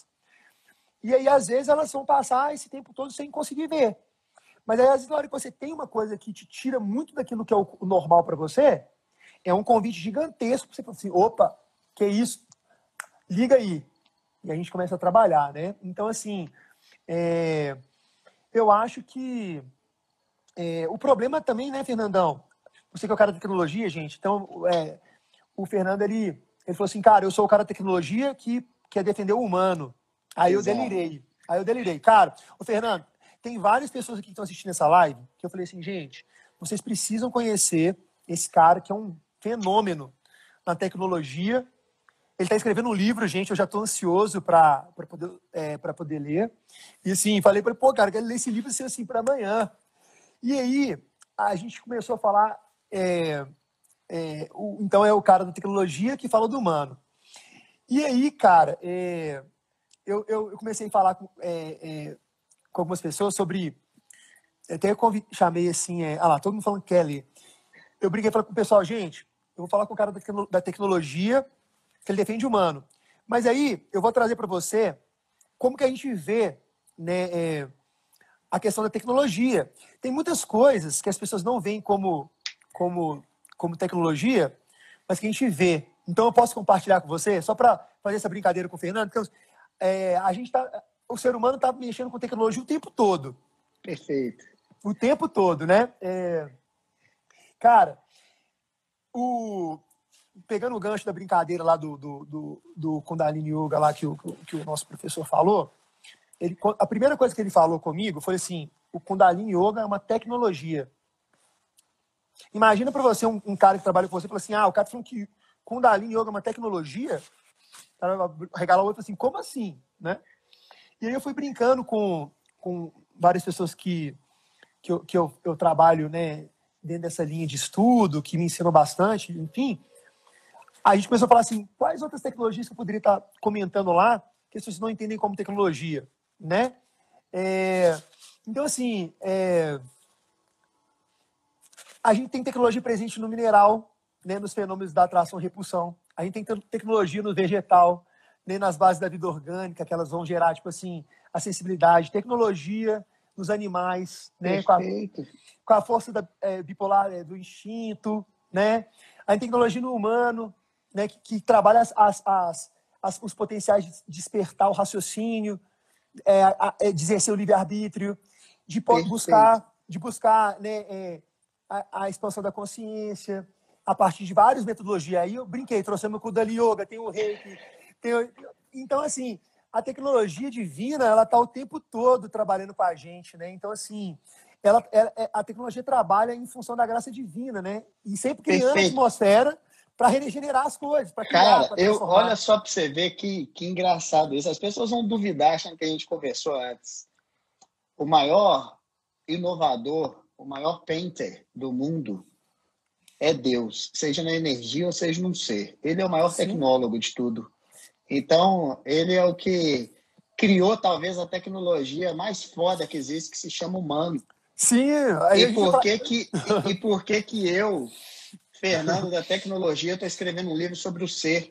E aí, às vezes, elas vão passar esse tempo todo sem conseguir ver. Mas aí, às vezes, na hora que você tem uma coisa que te tira muito daquilo que é o normal para você, é um convite gigantesco para você falar assim, opa, que isso? Liga aí. E a gente começa a trabalhar, né? Então, assim, é, eu acho que é, o problema também, né, Fernandão? Você que é o cara da tecnologia, gente, então, é, o Fernando, ele, ele falou assim, cara, eu sou o cara da tecnologia que quer defender o humano. Aí eu Exato. delirei. Aí eu delirei. Cara, o Fernando, tem várias pessoas aqui que estão assistindo essa live que eu falei assim, gente, vocês precisam conhecer esse cara que é um fenômeno na tecnologia. Ele está escrevendo um livro, gente, eu já estou ansioso para poder, é, para poder ler. E assim, falei para ele, pô, cara, quero ler esse livro assim, para amanhã. E aí, a gente começou a falar... É, é, o, então, é o cara da tecnologia que fala do humano. E aí, cara, é, eu, eu, eu comecei a falar com, é, é, com algumas pessoas sobre... Até eu convi, chamei assim... É, ah lá, todo mundo falando que quer ler. Eu briguei falei com o pessoal, gente, eu vou falar com o cara da, da tecnologia que ele defende o humano. Mas aí, eu vou trazer para você como que a gente vê, né, é, a questão da tecnologia. Tem muitas coisas que as pessoas não veem como, como, como tecnologia, mas que a gente vê. Então, eu posso compartilhar com você, só para fazer essa brincadeira com o Fernando, porque é, a gente tá, o ser humano está mexendo com tecnologia o tempo todo. Perfeito. O tempo todo, né? É, cara, o... pegando o gancho da brincadeira lá do, do, do, do Kundalini Yoga lá que o, que o nosso professor falou, ele, a primeira coisa que ele falou comigo foi assim, o Kundalini Yoga é uma tecnologia. Imagina para você um, um cara que trabalha com você e fala assim, ah, o cara falou que Kundalini Yoga é uma tecnologia, regalar o outro assim, como assim? Né? E aí eu fui brincando com, com várias pessoas que, que, eu, que eu, eu trabalho, né, dentro dessa linha de estudo, que me ensinam bastante, enfim. A gente começou a falar assim, quais outras tecnologias que eu poderia estar comentando lá que as pessoas não entendem como tecnologia, né? É, então, assim, é, a gente tem tecnologia presente no mineral, né, nos fenômenos da atração e repulsão. A gente tem tecnologia no vegetal, né, nas bases da vida orgânica, que elas vão gerar, tipo assim, a sensibilidade. Tecnologia nos animais, né, com a, com a força da, é, bipolar é, do instinto, né? A gente tem tecnologia no humano, né, que, que trabalha as, as, as, as, os potenciais de despertar o raciocínio, é, a, é, de exercer o livre-arbítrio, de buscar, de buscar né, é, a, a expansão da consciência, a partir de várias metodologias. Aí eu brinquei, trouxemos o Kundalini Yoga, tem o Reiki, tem o... Então, assim, a tecnologia divina, ela está o tempo todo trabalhando com a gente, né? Então, assim, ela, ela, a tecnologia trabalha em função da graça divina, né? E sempre criando a atmosfera para regenerar as coisas, para criar, Cara, eu, olha só para você ver que, que engraçado isso. As pessoas vão duvidar, achando que a gente conversou antes. O maior inovador, o maior painter do mundo é Deus, seja na energia ou seja num ser. Ele é o maior Sim. tecnólogo de tudo. Então, ele é o que criou talvez a tecnologia mais foda que existe, que se chama humano. Sim. Aí e, por que que, e, e por que que eu... Fernando, da tecnologia, estou escrevendo um livro sobre o ser.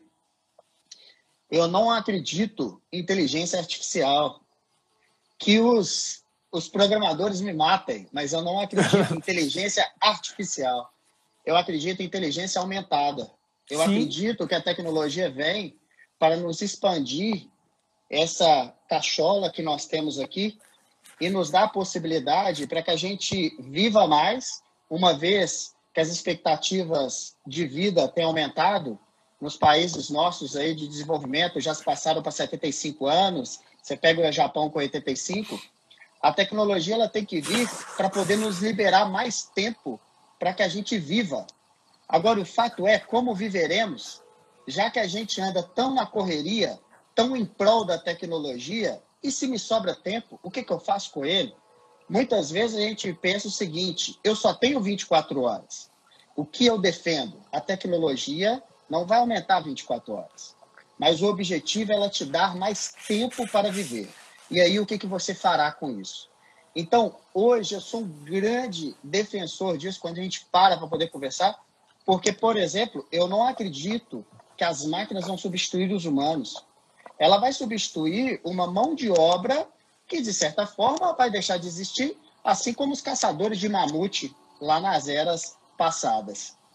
Eu não acredito em inteligência artificial. Que os, os programadores me matem, mas eu não acredito em inteligência artificial. Eu acredito em inteligência aumentada. Eu Sim. acredito que a tecnologia vem para nos expandir essa cachola que nós temos aqui e nos dar a possibilidade para que a gente viva mais, uma vez que as expectativas de vida têm aumentado nos países nossos aí de desenvolvimento, já se passaram para setenta e cinco anos, você pega o Japão com oitenta e cinco, a tecnologia ela tem que vir para poder nos liberar mais tempo para que a gente viva. Agora, o fato é, como viveremos, já que a gente anda tão na correria, tão em prol da tecnologia, e se me sobra tempo, o que, que eu faço com ele? Muitas vezes a gente pensa o seguinte, eu só tenho vinte e quatro horas. O que eu defendo? A tecnologia não vai aumentar vinte e quatro horas. Mas o objetivo é ela te dar mais tempo para viver. E aí o que, que você fará com isso? Então, hoje eu sou um grande defensor disso, quando a gente para para poder conversar, porque, por exemplo, eu não acredito que as máquinas vão substituir os humanos. Ela vai substituir uma mão de obra que, de certa forma, vai deixar de existir, assim como os caçadores de mamute lá nas eras passadas.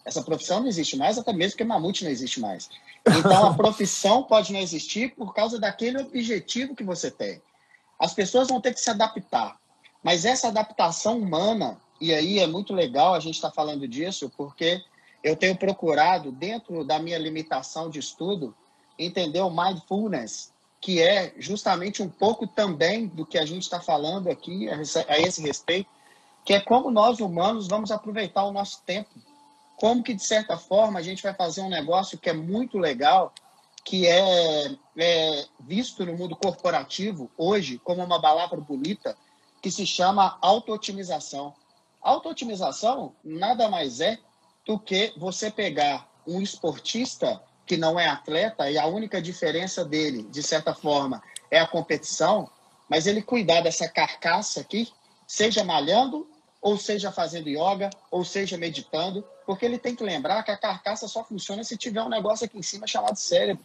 Essa profissão não existe mais, até mesmo porque mamute não existe mais. Então, a profissão pode não existir por causa daquele objetivo que você tem. As pessoas vão ter que se adaptar. Mas essa adaptação humana, e aí é muito legal a gente estar falando disso, porque eu tenho procurado, dentro da minha limitação de estudo, entender o mindfulness, que é justamente um pouco também do que a gente está falando aqui a esse respeito, que é como nós humanos vamos aproveitar o nosso tempo. Como que, de certa forma, a gente vai fazer um negócio que é muito legal, que é, é visto no mundo corporativo hoje como uma palavra bonita, que se chama auto-otimização. Auto-otimização nada mais é do que você pegar um esportista que não é atleta e a única diferença dele, de certa forma, é a competição, mas ele cuidar dessa carcaça aqui, seja malhando, ou seja fazendo yoga, ou seja meditando, porque ele tem que lembrar que a carcaça só funciona se tiver um negócio aqui em cima chamado cérebro.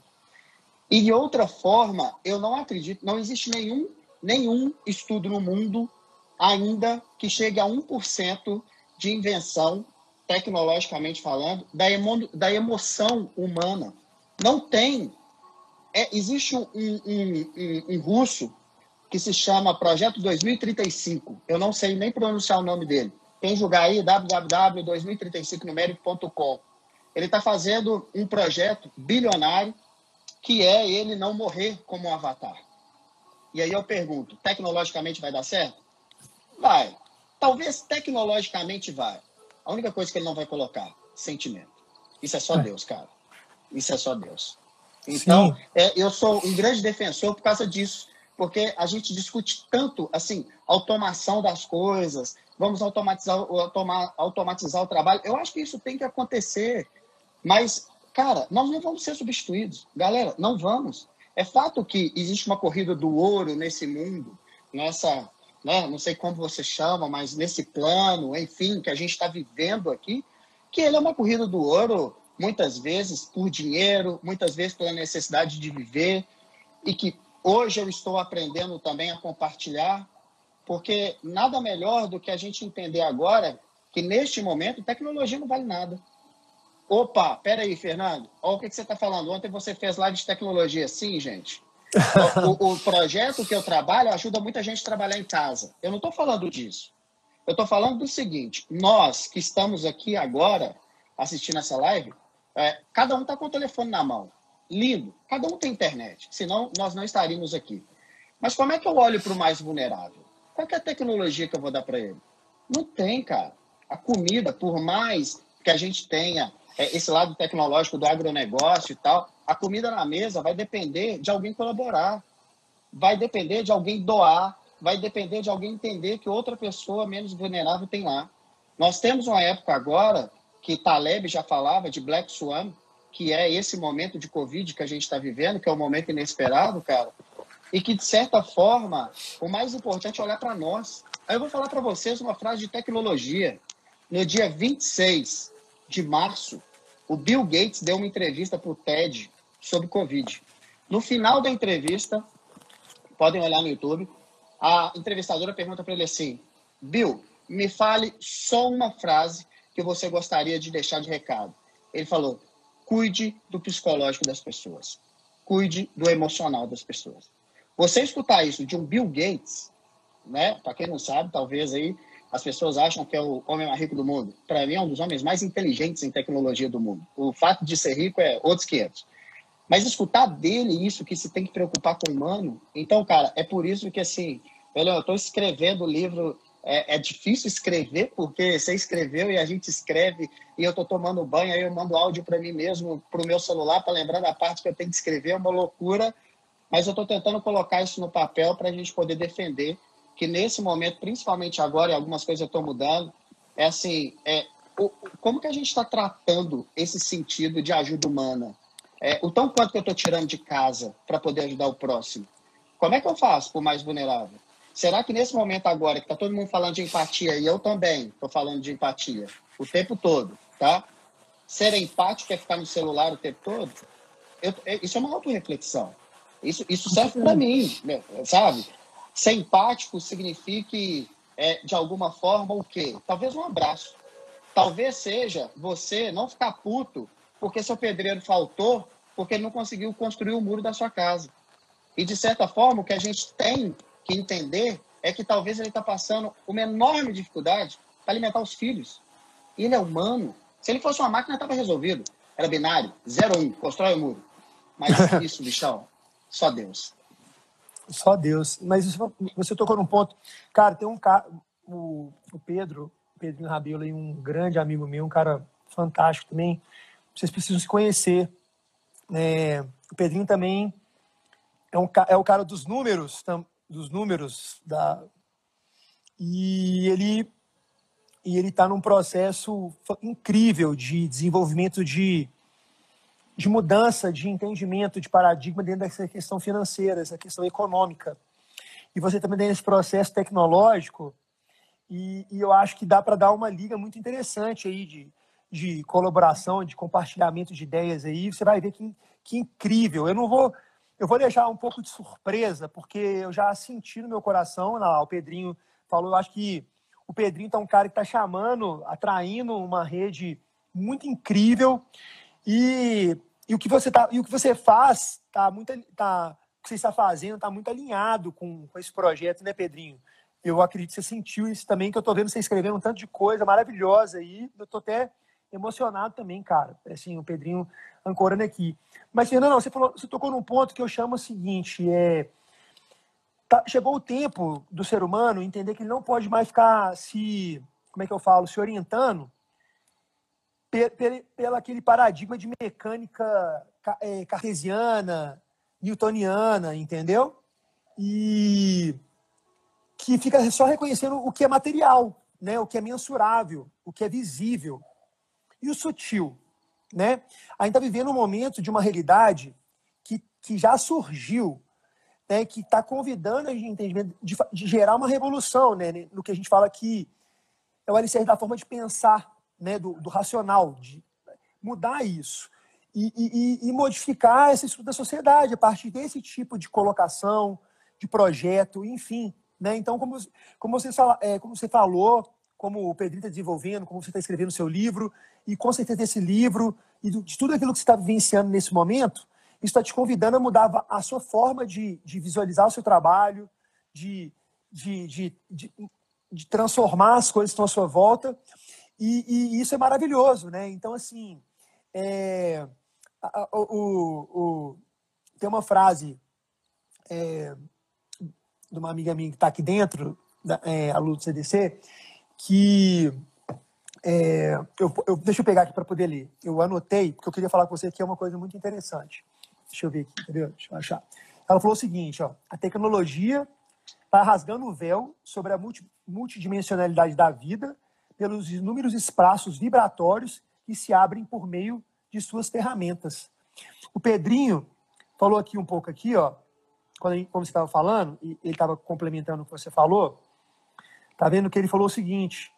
E de outra forma, eu não acredito, não existe nenhum, nenhum estudo no mundo ainda que chegue a um por cento de invenção, tecnologicamente falando, da, emo, da emoção humana. Não tem. É, existe um, um, um, um russo que se chama Projeto dois mil e trinta e cinco. Eu não sei nem pronunciar o nome dele. Quem jogar aí, w w w ponto dois mil e trinta e cinco numérico ponto com. Ele está fazendo um projeto bilionário que é ele não morrer como um avatar. E aí eu pergunto, tecnologicamente vai dar certo? Vai. Talvez tecnologicamente vai. A única coisa que ele não vai colocar, sentimento. Isso é só é. Deus, cara. Isso é só Deus. Então, é, eu sou um grande defensor por causa disso. Porque a gente discute tanto, assim, automação das coisas, vamos automatizar, automa, automatizar o trabalho. Eu acho que isso tem que acontecer. Mas, cara, nós não vamos ser substituídos. Galera, não vamos. É fato que existe uma corrida do ouro nesse mundo, nessa, né, não sei como você chama, mas nesse plano, enfim, que a gente está vivendo aqui, que ele é uma corrida do ouro, muitas vezes por dinheiro, muitas vezes pela necessidade de viver, e que hoje eu estou aprendendo também a compartilhar, porque nada melhor do que a gente entender agora que, neste momento, tecnologia não vale nada. Opa, peraí, Fernando, olha o que você está falando. Ontem você fez live de tecnologia. Sim, gente. O, o projeto que eu trabalho ajuda muita gente a trabalhar em casa. Eu não estou falando disso. Eu estou falando do seguinte, nós que estamos aqui agora assistindo essa live, é, cada um está com o telefone na mão. Lindo, cada um tem internet, senão nós não estaríamos aqui. Mas como é que eu olho para o mais vulnerável? Qual que é a tecnologia que eu vou dar para ele? Não tem, cara. A comida, por mais que a gente tenha é, esse lado tecnológico do agronegócio e tal, a comida na mesa vai depender de alguém colaborar, vai depender de alguém doar, vai depender de alguém entender que outra pessoa menos vulnerável tem lá. Nós temos uma época agora que Taleb já falava de Black Swan, que é esse momento de Covid que a gente está vivendo, que é um momento inesperado, cara, e que, de certa forma, o mais importante é olhar para nós. Aí eu vou falar para vocês uma frase de tecnologia. No dia vinte e seis de março, o Bill Gates deu uma entrevista para o TED sobre Covid. No final da entrevista, podem olhar no YouTube, a entrevistadora pergunta para ele assim, Bill, me fale só uma frase que você gostaria de deixar de recado. Ele falou, cuide do psicológico das pessoas. Cuide do emocional das pessoas. Você escutar isso de um Bill Gates, né? Para quem não sabe, talvez aí as pessoas acham que é o homem mais rico do mundo. Para mim, é um dos homens mais inteligentes em tecnologia do mundo. O fato de ser rico é outros quinhentos. Mas escutar dele isso, que se tem que preocupar com o humano... Então, cara, é por isso que, assim, eu estou escrevendo o livro... É, é difícil escrever, porque você escreveu e a gente escreve, e eu estou tomando banho, aí eu mando áudio para mim mesmo, para o meu celular, para lembrar da parte que eu tenho que escrever, é uma loucura, mas eu estou tentando colocar isso no papel para a gente poder defender, que nesse momento, principalmente agora, e algumas coisas eu estou mudando, é assim, é, o, como que a gente está tratando esse sentido de ajuda humana? É, o tão quanto que eu estou tirando de casa para poder ajudar o próximo? Como é que eu faço para o mais vulnerável? Será que nesse momento agora, que está todo mundo falando de empatia, e eu também estou falando de empatia, o tempo todo, tá? Ser empático é ficar no celular o tempo todo? Eu, isso é uma autorreflexão. Isso, isso serve para mim, sabe? Ser empático significa, é, de alguma forma, o quê? Talvez um abraço. Talvez seja você não ficar puto porque seu pedreiro faltou, porque ele não conseguiu construir o muro da sua casa. E, de certa forma, o que a gente tem que entender é que talvez ele está passando uma enorme dificuldade para alimentar os filhos. E ele é humano. Se ele fosse uma máquina, estava resolvido. Era binário, zero um, constrói o muro. Mas isso, bichão, só Deus. Só Deus. Mas isso, você tocou num ponto. Cara, tem um cara, o, o Pedro, o Pedrinho Rabelo, aí, um grande amigo meu, um cara fantástico também. Vocês precisam se conhecer. É, o Pedrinho também é, um, é o cara dos números, dos números da, e ele e ele está num processo incrível de desenvolvimento de, de mudança, de entendimento, de paradigma dentro dessa questão financeira, essa questão econômica. E você também tem esse processo tecnológico, e, e eu acho que dá para dar uma liga muito interessante aí de, de colaboração, de compartilhamento de ideias aí. Você vai ver que, que incrível. Eu não vou... Eu vou deixar um pouco de surpresa, porque eu já senti no meu coração, lá, o Pedrinho falou, eu acho que o Pedrinho tá um cara que está chamando, atraindo uma rede muito incrível, e, e, o, que você tá, e o que você faz, tá muito, tá, o que você está fazendo está muito alinhado com, com esse projeto, né, Pedrinho? Eu acredito que você sentiu isso também, que eu estou vendo você escrevendo um tanto de coisa maravilhosa aí, eu estou até emocionado também, cara, assim, o Pedrinho ancorando aqui. Mas, Fernando, você, falou, você tocou num ponto que eu chamo o seguinte, é, tá, chegou o tempo do ser humano entender que ele não pode mais ficar se, como é que eu falo, se orientando pe, pe, pelo aquele paradigma de mecânica é, cartesiana, newtoniana, entendeu? E que fica só reconhecendo o que é material, né? O que é mensurável, o que é visível. E o sutil, né? A gente está vivendo um momento de uma realidade que, que já surgiu, né? Que está convidando a gente entendimento de, de gerar uma revolução, né? No que a gente fala que é o alicerce da forma de pensar, né? Do, do racional, de mudar isso e, e, e modificar esse estudo da sociedade a partir desse tipo de colocação, de projeto, enfim, né? Então, como, como, você, fala, é, como você falou, como o Pedrinho está desenvolvendo, como você está escrevendo o seu livro, e com certeza esse livro, e de tudo aquilo que você está vivenciando nesse momento, isso está te convidando a mudar a sua forma de, de visualizar o seu trabalho, de, de, de, de, de transformar as coisas que estão à sua volta, e, e isso é maravilhoso, né? Então, assim, é, a, a, o, o, tem uma frase é, de uma amiga minha que está aqui dentro, da, é, a Lu do C D C, que é, eu, eu, deixa eu pegar aqui para poder ler. Eu anotei, porque eu queria falar com você que é uma coisa muito interessante. Deixa eu ver aqui, entendeu? Deixa eu achar. Ela falou o seguinte, ó, a tecnologia está rasgando o véu sobre a multi, multidimensionalidade da vida pelos inúmeros espaços vibratórios que se abrem por meio de suas ferramentas. O Pedrinho falou aqui um pouco aqui, ó, quando, ele, quando você estava falando, e ele estava complementando o que você falou, tá vendo que ele falou o seguinte,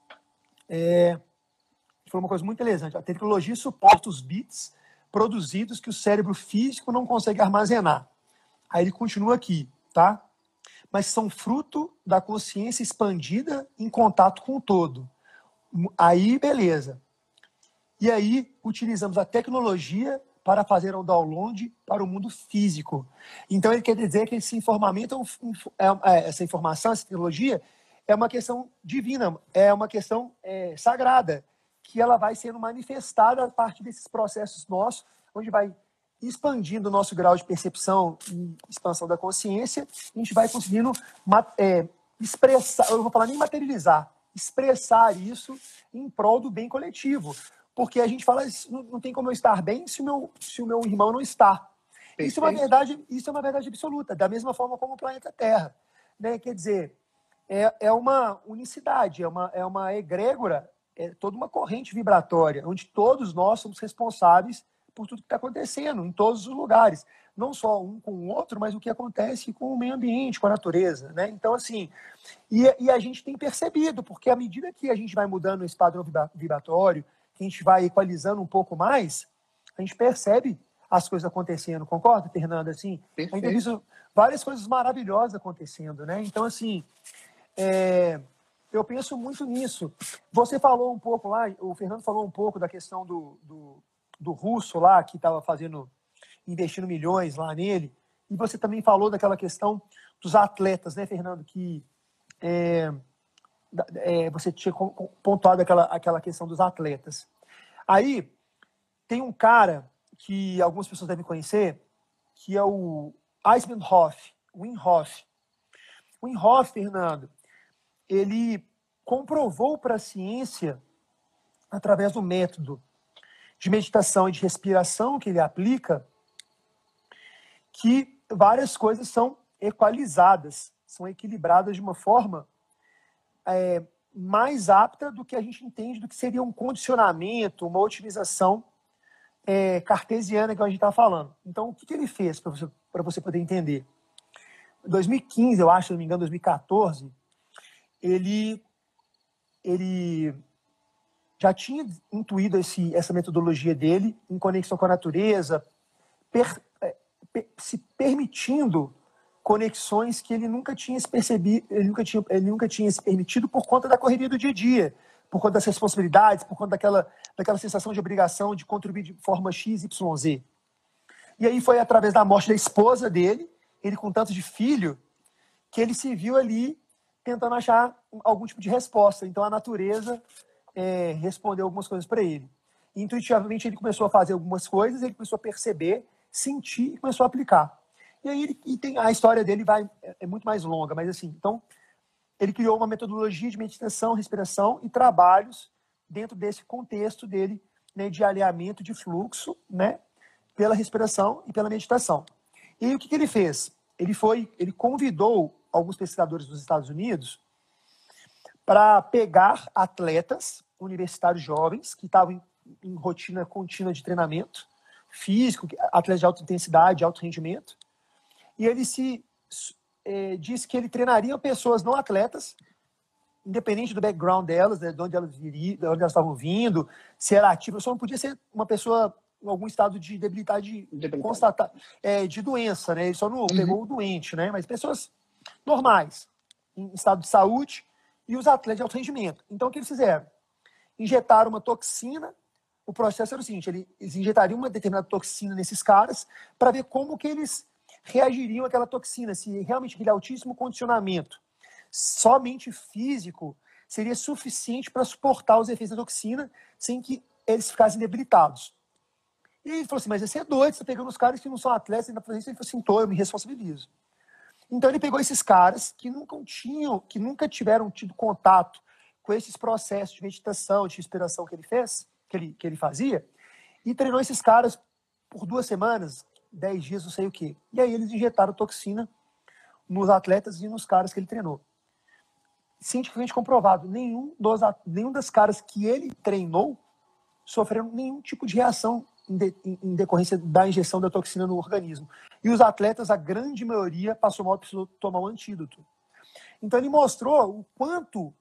é, ele falou uma coisa muito interessante, a tecnologia suporta os bits produzidos que o cérebro físico não consegue armazenar. Aí ele continua aqui, tá? Mas são fruto da consciência expandida em contato com o todo. Aí, beleza. E aí, utilizamos a tecnologia para fazer o download para o mundo físico. Então, ele quer dizer que esse informamento, essa informação, essa tecnologia, é uma questão divina, é uma questão é, sagrada, que ela vai sendo manifestada a partir desses processos nossos, onde vai expandindo o nosso grau de percepção e expansão da consciência, a gente vai conseguindo é, expressar, eu não vou falar nem materializar, expressar isso em prol do bem coletivo. Porque a gente fala, não tem como eu estar bem se o meu, se o meu irmão não está. Isso é, uma verdade, isso é uma verdade absoluta, da mesma forma como o planeta Terra. Né? Quer dizer, é, é uma unicidade, é uma, é uma egrégora, é toda uma corrente vibratória, onde todos nós somos responsáveis por tudo que está acontecendo, em todos os lugares. Não só um com o outro, mas o que acontece com o meio ambiente, com a natureza. Né? Então, assim, e, e a gente tem percebido, porque à medida que a gente vai mudando esse padrão vibratório, que a gente vai equalizando um pouco mais, a gente percebe as coisas acontecendo. Concorda, Fernanda? Assim, a gente tem visto várias coisas maravilhosas acontecendo. Né? Então, assim, é, eu penso muito nisso. Você falou um pouco lá, o Fernando falou um pouco da questão do, do, do russo lá, que estava fazendo, investindo milhões lá nele, e você também falou daquela questão dos atletas, né, Fernando, que é, é, você tinha pontuado aquela, aquela questão dos atletas. Aí, tem um cara que algumas pessoas devem conhecer, que é o Wim Hof, Wim Hof. O Wim Hof, Fernando, ele comprovou para a ciência, através do método de meditação e de respiração que ele aplica, que várias coisas são equalizadas, são equilibradas de uma forma é, mais apta do que a gente entende do que seria um condicionamento, uma otimização é, cartesiana que a gente está falando. Então, o que, que ele fez para você, para você poder entender? Em dois mil e quinze, eu acho, se não me engano, dois mil e quatorze, ele, ele já tinha intuído esse, essa metodologia dele em conexão com a natureza, per, per, se permitindo conexões que ele nunca tinha se percebido, ele nunca tinha, ele nunca tinha se permitido por conta da correria do dia a dia, por conta das responsabilidades, por conta daquela, daquela sensação de obrigação de contribuir de forma X, Y, Z. E aí foi através da morte da esposa dele, ele com tanto de filho, que ele se viu ali tentando achar algum tipo de resposta. Então a natureza é, respondeu algumas coisas para ele. E, intuitivamente ele começou a fazer algumas coisas, ele começou a perceber, sentir e começou a aplicar. E aí ele, e tem, a história dele vai, é muito mais longa, mas assim, então ele criou uma metodologia de meditação, respiração e trabalhos dentro desse contexto dele, né, de alinhamento de fluxo, né, pela respiração e pela meditação. E aí, o que, que ele fez? Ele foi, ele convidou alguns pesquisadores dos Estados Unidos para pegar atletas universitários jovens que estavam em, em rotina contínua de treinamento físico, atletas de alta intensidade, de alto rendimento, e ele se eh, disse que ele treinaria pessoas não atletas, independente do background delas, né, de onde elas viriam, de onde elas estavam vindo, se era ativa, só não podia ser uma pessoa em algum estado de debilidade, debilidade. Constatar, é, de doença, né? Ele só não uhum. pegou o doente, né? Mas pessoas normais, em estado de saúde, e os atletas de alto rendimento. Então, o que eles fizeram? Injetaram uma toxina. O processo era o seguinte, eles injetariam uma determinada toxina nesses caras para ver como que eles reagiriam àquela toxina, se realmente aquele altíssimo condicionamento somente físico seria suficiente para suportar os efeitos da toxina sem que eles ficassem debilitados. E ele falou assim, mas você é doido, você está pegando os caras que não são atletas, ainda fazendo isso. Ele falou assim, tô, eu me responsabilizo. Então ele pegou esses caras que nunca tinham, que nunca tiveram tido contato com esses processos de meditação, de respiração que ele fez, que ele, que ele fazia, e treinou esses caras por duas semanas, dez dias, não sei o quê. E aí eles injetaram toxina nos atletas e nos caras que ele treinou. Cientificamente comprovado, nenhum dos, nenhum das caras que ele treinou sofreram nenhum tipo de reação em, de, em decorrência da injeção da toxina no organismo. E os atletas, a grande maioria, passou mal e precisou tomar um antídoto. Então ele mostrou o quanto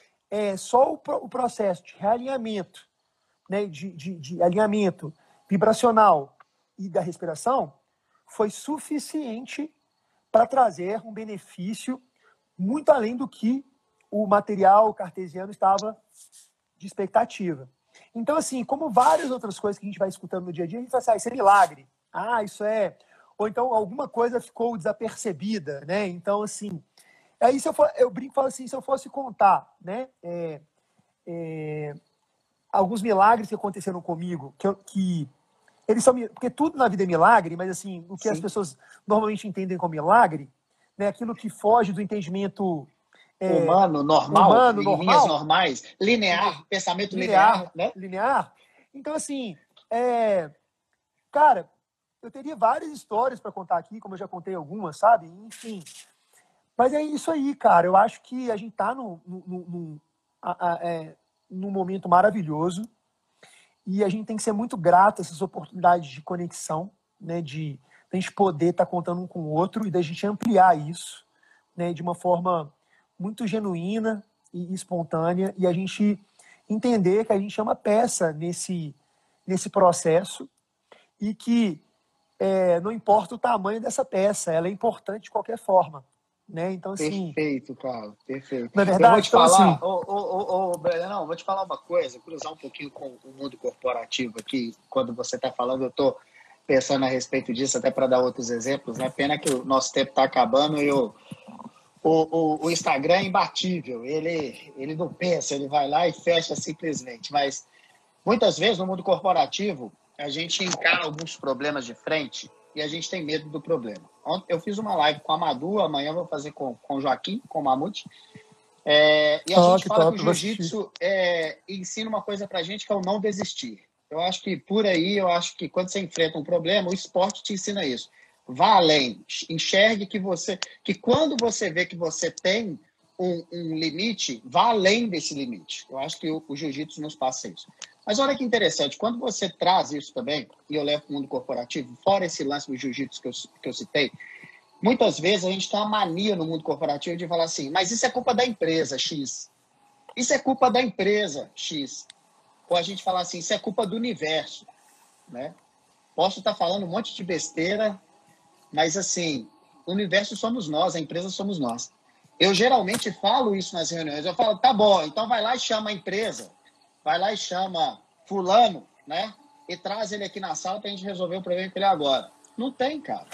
é, só o, o processo de realinhamento, né, de, de, de alinhamento vibracional e da respiração foi suficiente para trazer um benefício muito além do que o material cartesiano estava de expectativa. Então, assim, como várias outras coisas que a gente vai escutando no dia a dia, a gente fala assim, ah, isso é milagre. Ah, isso é... Ou então alguma coisa ficou desapercebida, né? Então, assim... Aí se eu, for, eu brinco e falo assim, se eu fosse contar, né? É, é, alguns milagres que aconteceram comigo, que, eu, que eles são... Porque tudo na vida é milagre, mas, assim, o que Sim. as pessoas normalmente entendem como milagre, né? Aquilo que foge do entendimento... É, humano, normal, humano, em normal, linhas normais, linear, pensamento linear, linear, né? Linear. Então, assim, é, cara, eu teria várias histórias para contar aqui, como eu já contei algumas, sabe? Enfim. Mas é isso aí, cara. Eu acho que a gente tá num, num, num, a, a, é, num momento maravilhoso e a gente tem que ser muito grato a essas oportunidades de conexão, né? De, de a gente poder estar tá contando um com o outro e da gente ampliar isso, né? De uma forma muito genuína e espontânea, e a gente entender que a gente é uma peça nesse, nesse processo e que é, não importa o tamanho dessa peça, ela é importante de qualquer forma. né? Então, assim... Perfeito, cara, perfeito. Na verdade, eu vou te então, falar, assim... ô, ô, ô, ô, Breno, não, vou te falar uma coisa, cruzar um pouquinho com o mundo corporativo aqui, quando você está falando, eu estou pensando a respeito disso, até para dar outros exemplos, né? Pena que o nosso tempo está acabando e o, o, o, o Instagram é imbatível, ele, ele não pensa, ele vai lá e fecha simplesmente, mas muitas vezes no mundo corporativo a gente encara alguns problemas de frente e a gente tem medo do problema. Ontem eu fiz uma live com a Madu, amanhã eu vou fazer com, com o Joaquim, com o Mamute, é, e a Oh, gente que fala top, que o jiu-jitsu é, ensina uma coisa pra gente que é o não desistir. Eu acho que por aí, eu acho que quando você enfrenta um problema, o esporte te ensina isso. Vá além, enxergue que você, que quando você vê que você tem um, um limite, vá além desse limite. Eu acho que o, o jiu-jitsu nos passa isso. Mas olha que interessante, quando você traz isso também, e eu levo para o mundo corporativo, fora esse lance do jiu-jitsu que eu, que eu citei, muitas vezes a gente tem uma mania no mundo corporativo de falar assim, mas isso é culpa da empresa, X. Isso é culpa da empresa, X. Ou a gente fala assim, isso é culpa do universo, né? Posso estar falando um monte de besteira, mas assim, o universo somos nós, a empresa somos nós. Eu geralmente falo isso nas reuniões, eu falo, tá bom, então vai lá e chama a empresa, vai lá e chama fulano, né? E traz ele aqui na sala para a gente resolver o problema com ele agora. Não tem, cara.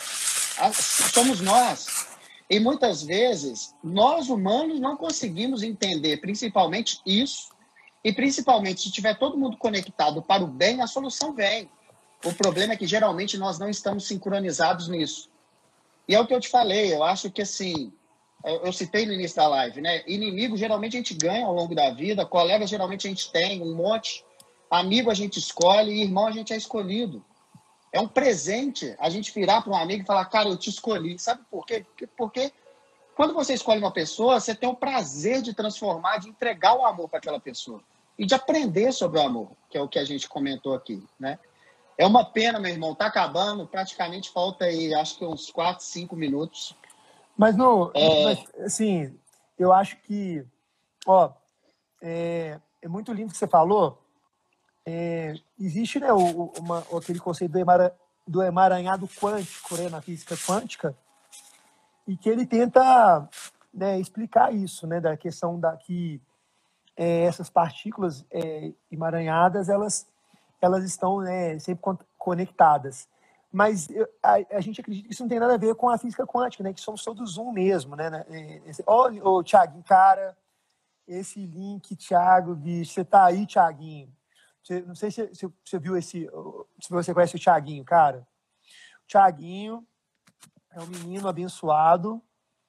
Somos nós. E muitas vezes, nós humanos não conseguimos entender principalmente isso, e principalmente se tiver todo mundo conectado para o bem, a solução vem. O problema é que geralmente nós não estamos sincronizados nisso. E é o que eu te falei, eu acho que assim, eu citei no início da live, né? Inimigo geralmente a gente ganha ao longo da vida, colega geralmente a gente tem um monte, amigo a gente escolhe e irmão a gente é escolhido. É um presente a gente virar para um amigo e falar, cara, eu te escolhi. Sabe por quê? Porque quando você escolhe uma pessoa, você tem o prazer de transformar, de entregar o amor para aquela pessoa e de aprender sobre o amor, que é o que a gente comentou aqui, né? É uma pena, meu irmão, tá acabando, praticamente falta aí, acho que uns quatro, cinco minutos. Mas, não, é... mas, assim, eu acho que, ó, é, é muito lindo o que você falou. É, existe, né, o, uma, aquele conceito do, emara, do emaranhado quântico, né, na física quântica, e que ele tenta, né, explicar isso, né, da questão da que é, essas partículas é, emaranhadas, elas, elas estão, né, sempre conectadas. Mas a, a gente acredita que isso não tem nada a ver com a física quântica, né, que somos todos um mesmo, né? Olha, ô, Thiaguinho, cara, esse link, Thiago, bicho, você tá aí, Thiaguinho? Você, não sei se, se você viu esse, se você conhece o Thiaguinho, cara. O Thiaguinho é um menino abençoado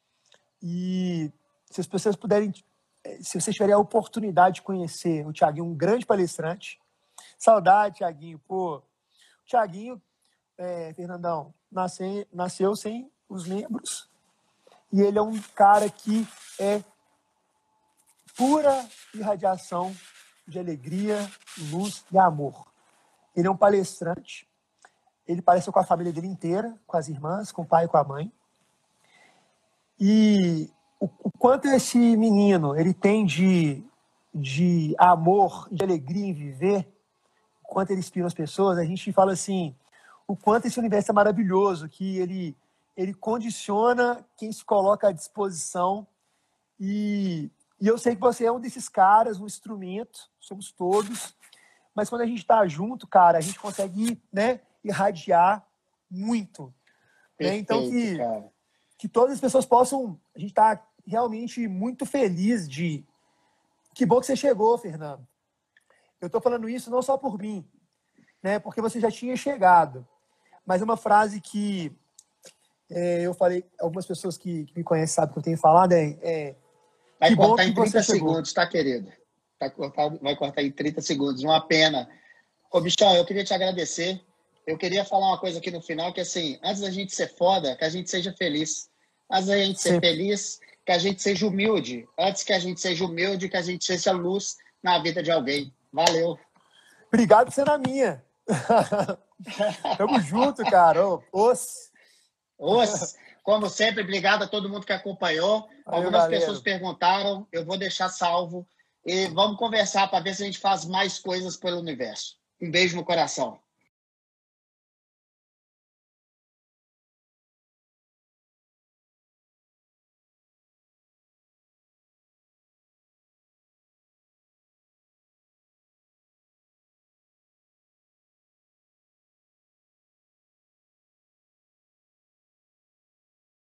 e se as pessoas puderem, se vocês tiverem a oportunidade de conhecer o Thiaguinho, um grande palestrante. Saudade, Thiaguinho. Pô, o Thiaguinho, é, Fernandão, nasceu, nasceu sem os membros e ele é um cara que é pura irradiação de alegria, luz e amor. Ele é um palestrante, ele parece com a família dele inteira, com as irmãs, com o pai e com a mãe. E o, o quanto esse menino ele tem de, de amor, de alegria em viver, o quanto ele inspira as pessoas, a gente fala assim, o quanto esse universo é maravilhoso, que ele, ele condiciona quem se coloca à disposição. E, e eu sei que você é um desses caras, um instrumento, somos todos, mas quando a gente está junto, cara, a gente consegue, né, irradiar muito. Perfeito, né? Então, que, cara. que todas as pessoas possam... A gente está realmente muito feliz de... Que bom que você chegou, Fernando. Eu estou falando isso não só por mim, né, porque você já tinha chegado. Mas é uma frase que é, eu falei, algumas pessoas que, que me conhecem sabem que eu tenho falado, é... é vai que cortar bom em que trinta você segundos, chegou. tá, querido? Vai cortar, vai cortar em trinta segundos, uma pena. Ô, bichão, eu queria te agradecer. Eu queria falar uma coisa aqui no final, que assim, antes da gente ser foda, que a gente seja feliz. Antes da gente ser Sempre. feliz, que a gente seja humilde. Antes que a gente seja humilde, que a gente seja luz na vida de alguém. Valeu. Obrigado por ser na minha. Tamo junto, cara. Ô, os. Os. Como sempre, obrigado a todo mundo que acompanhou. Valeu, Algumas galera. pessoas perguntaram, eu vou deixar salvo. E vamos conversar para ver se a gente faz mais coisas pelo universo. Um beijo no coração.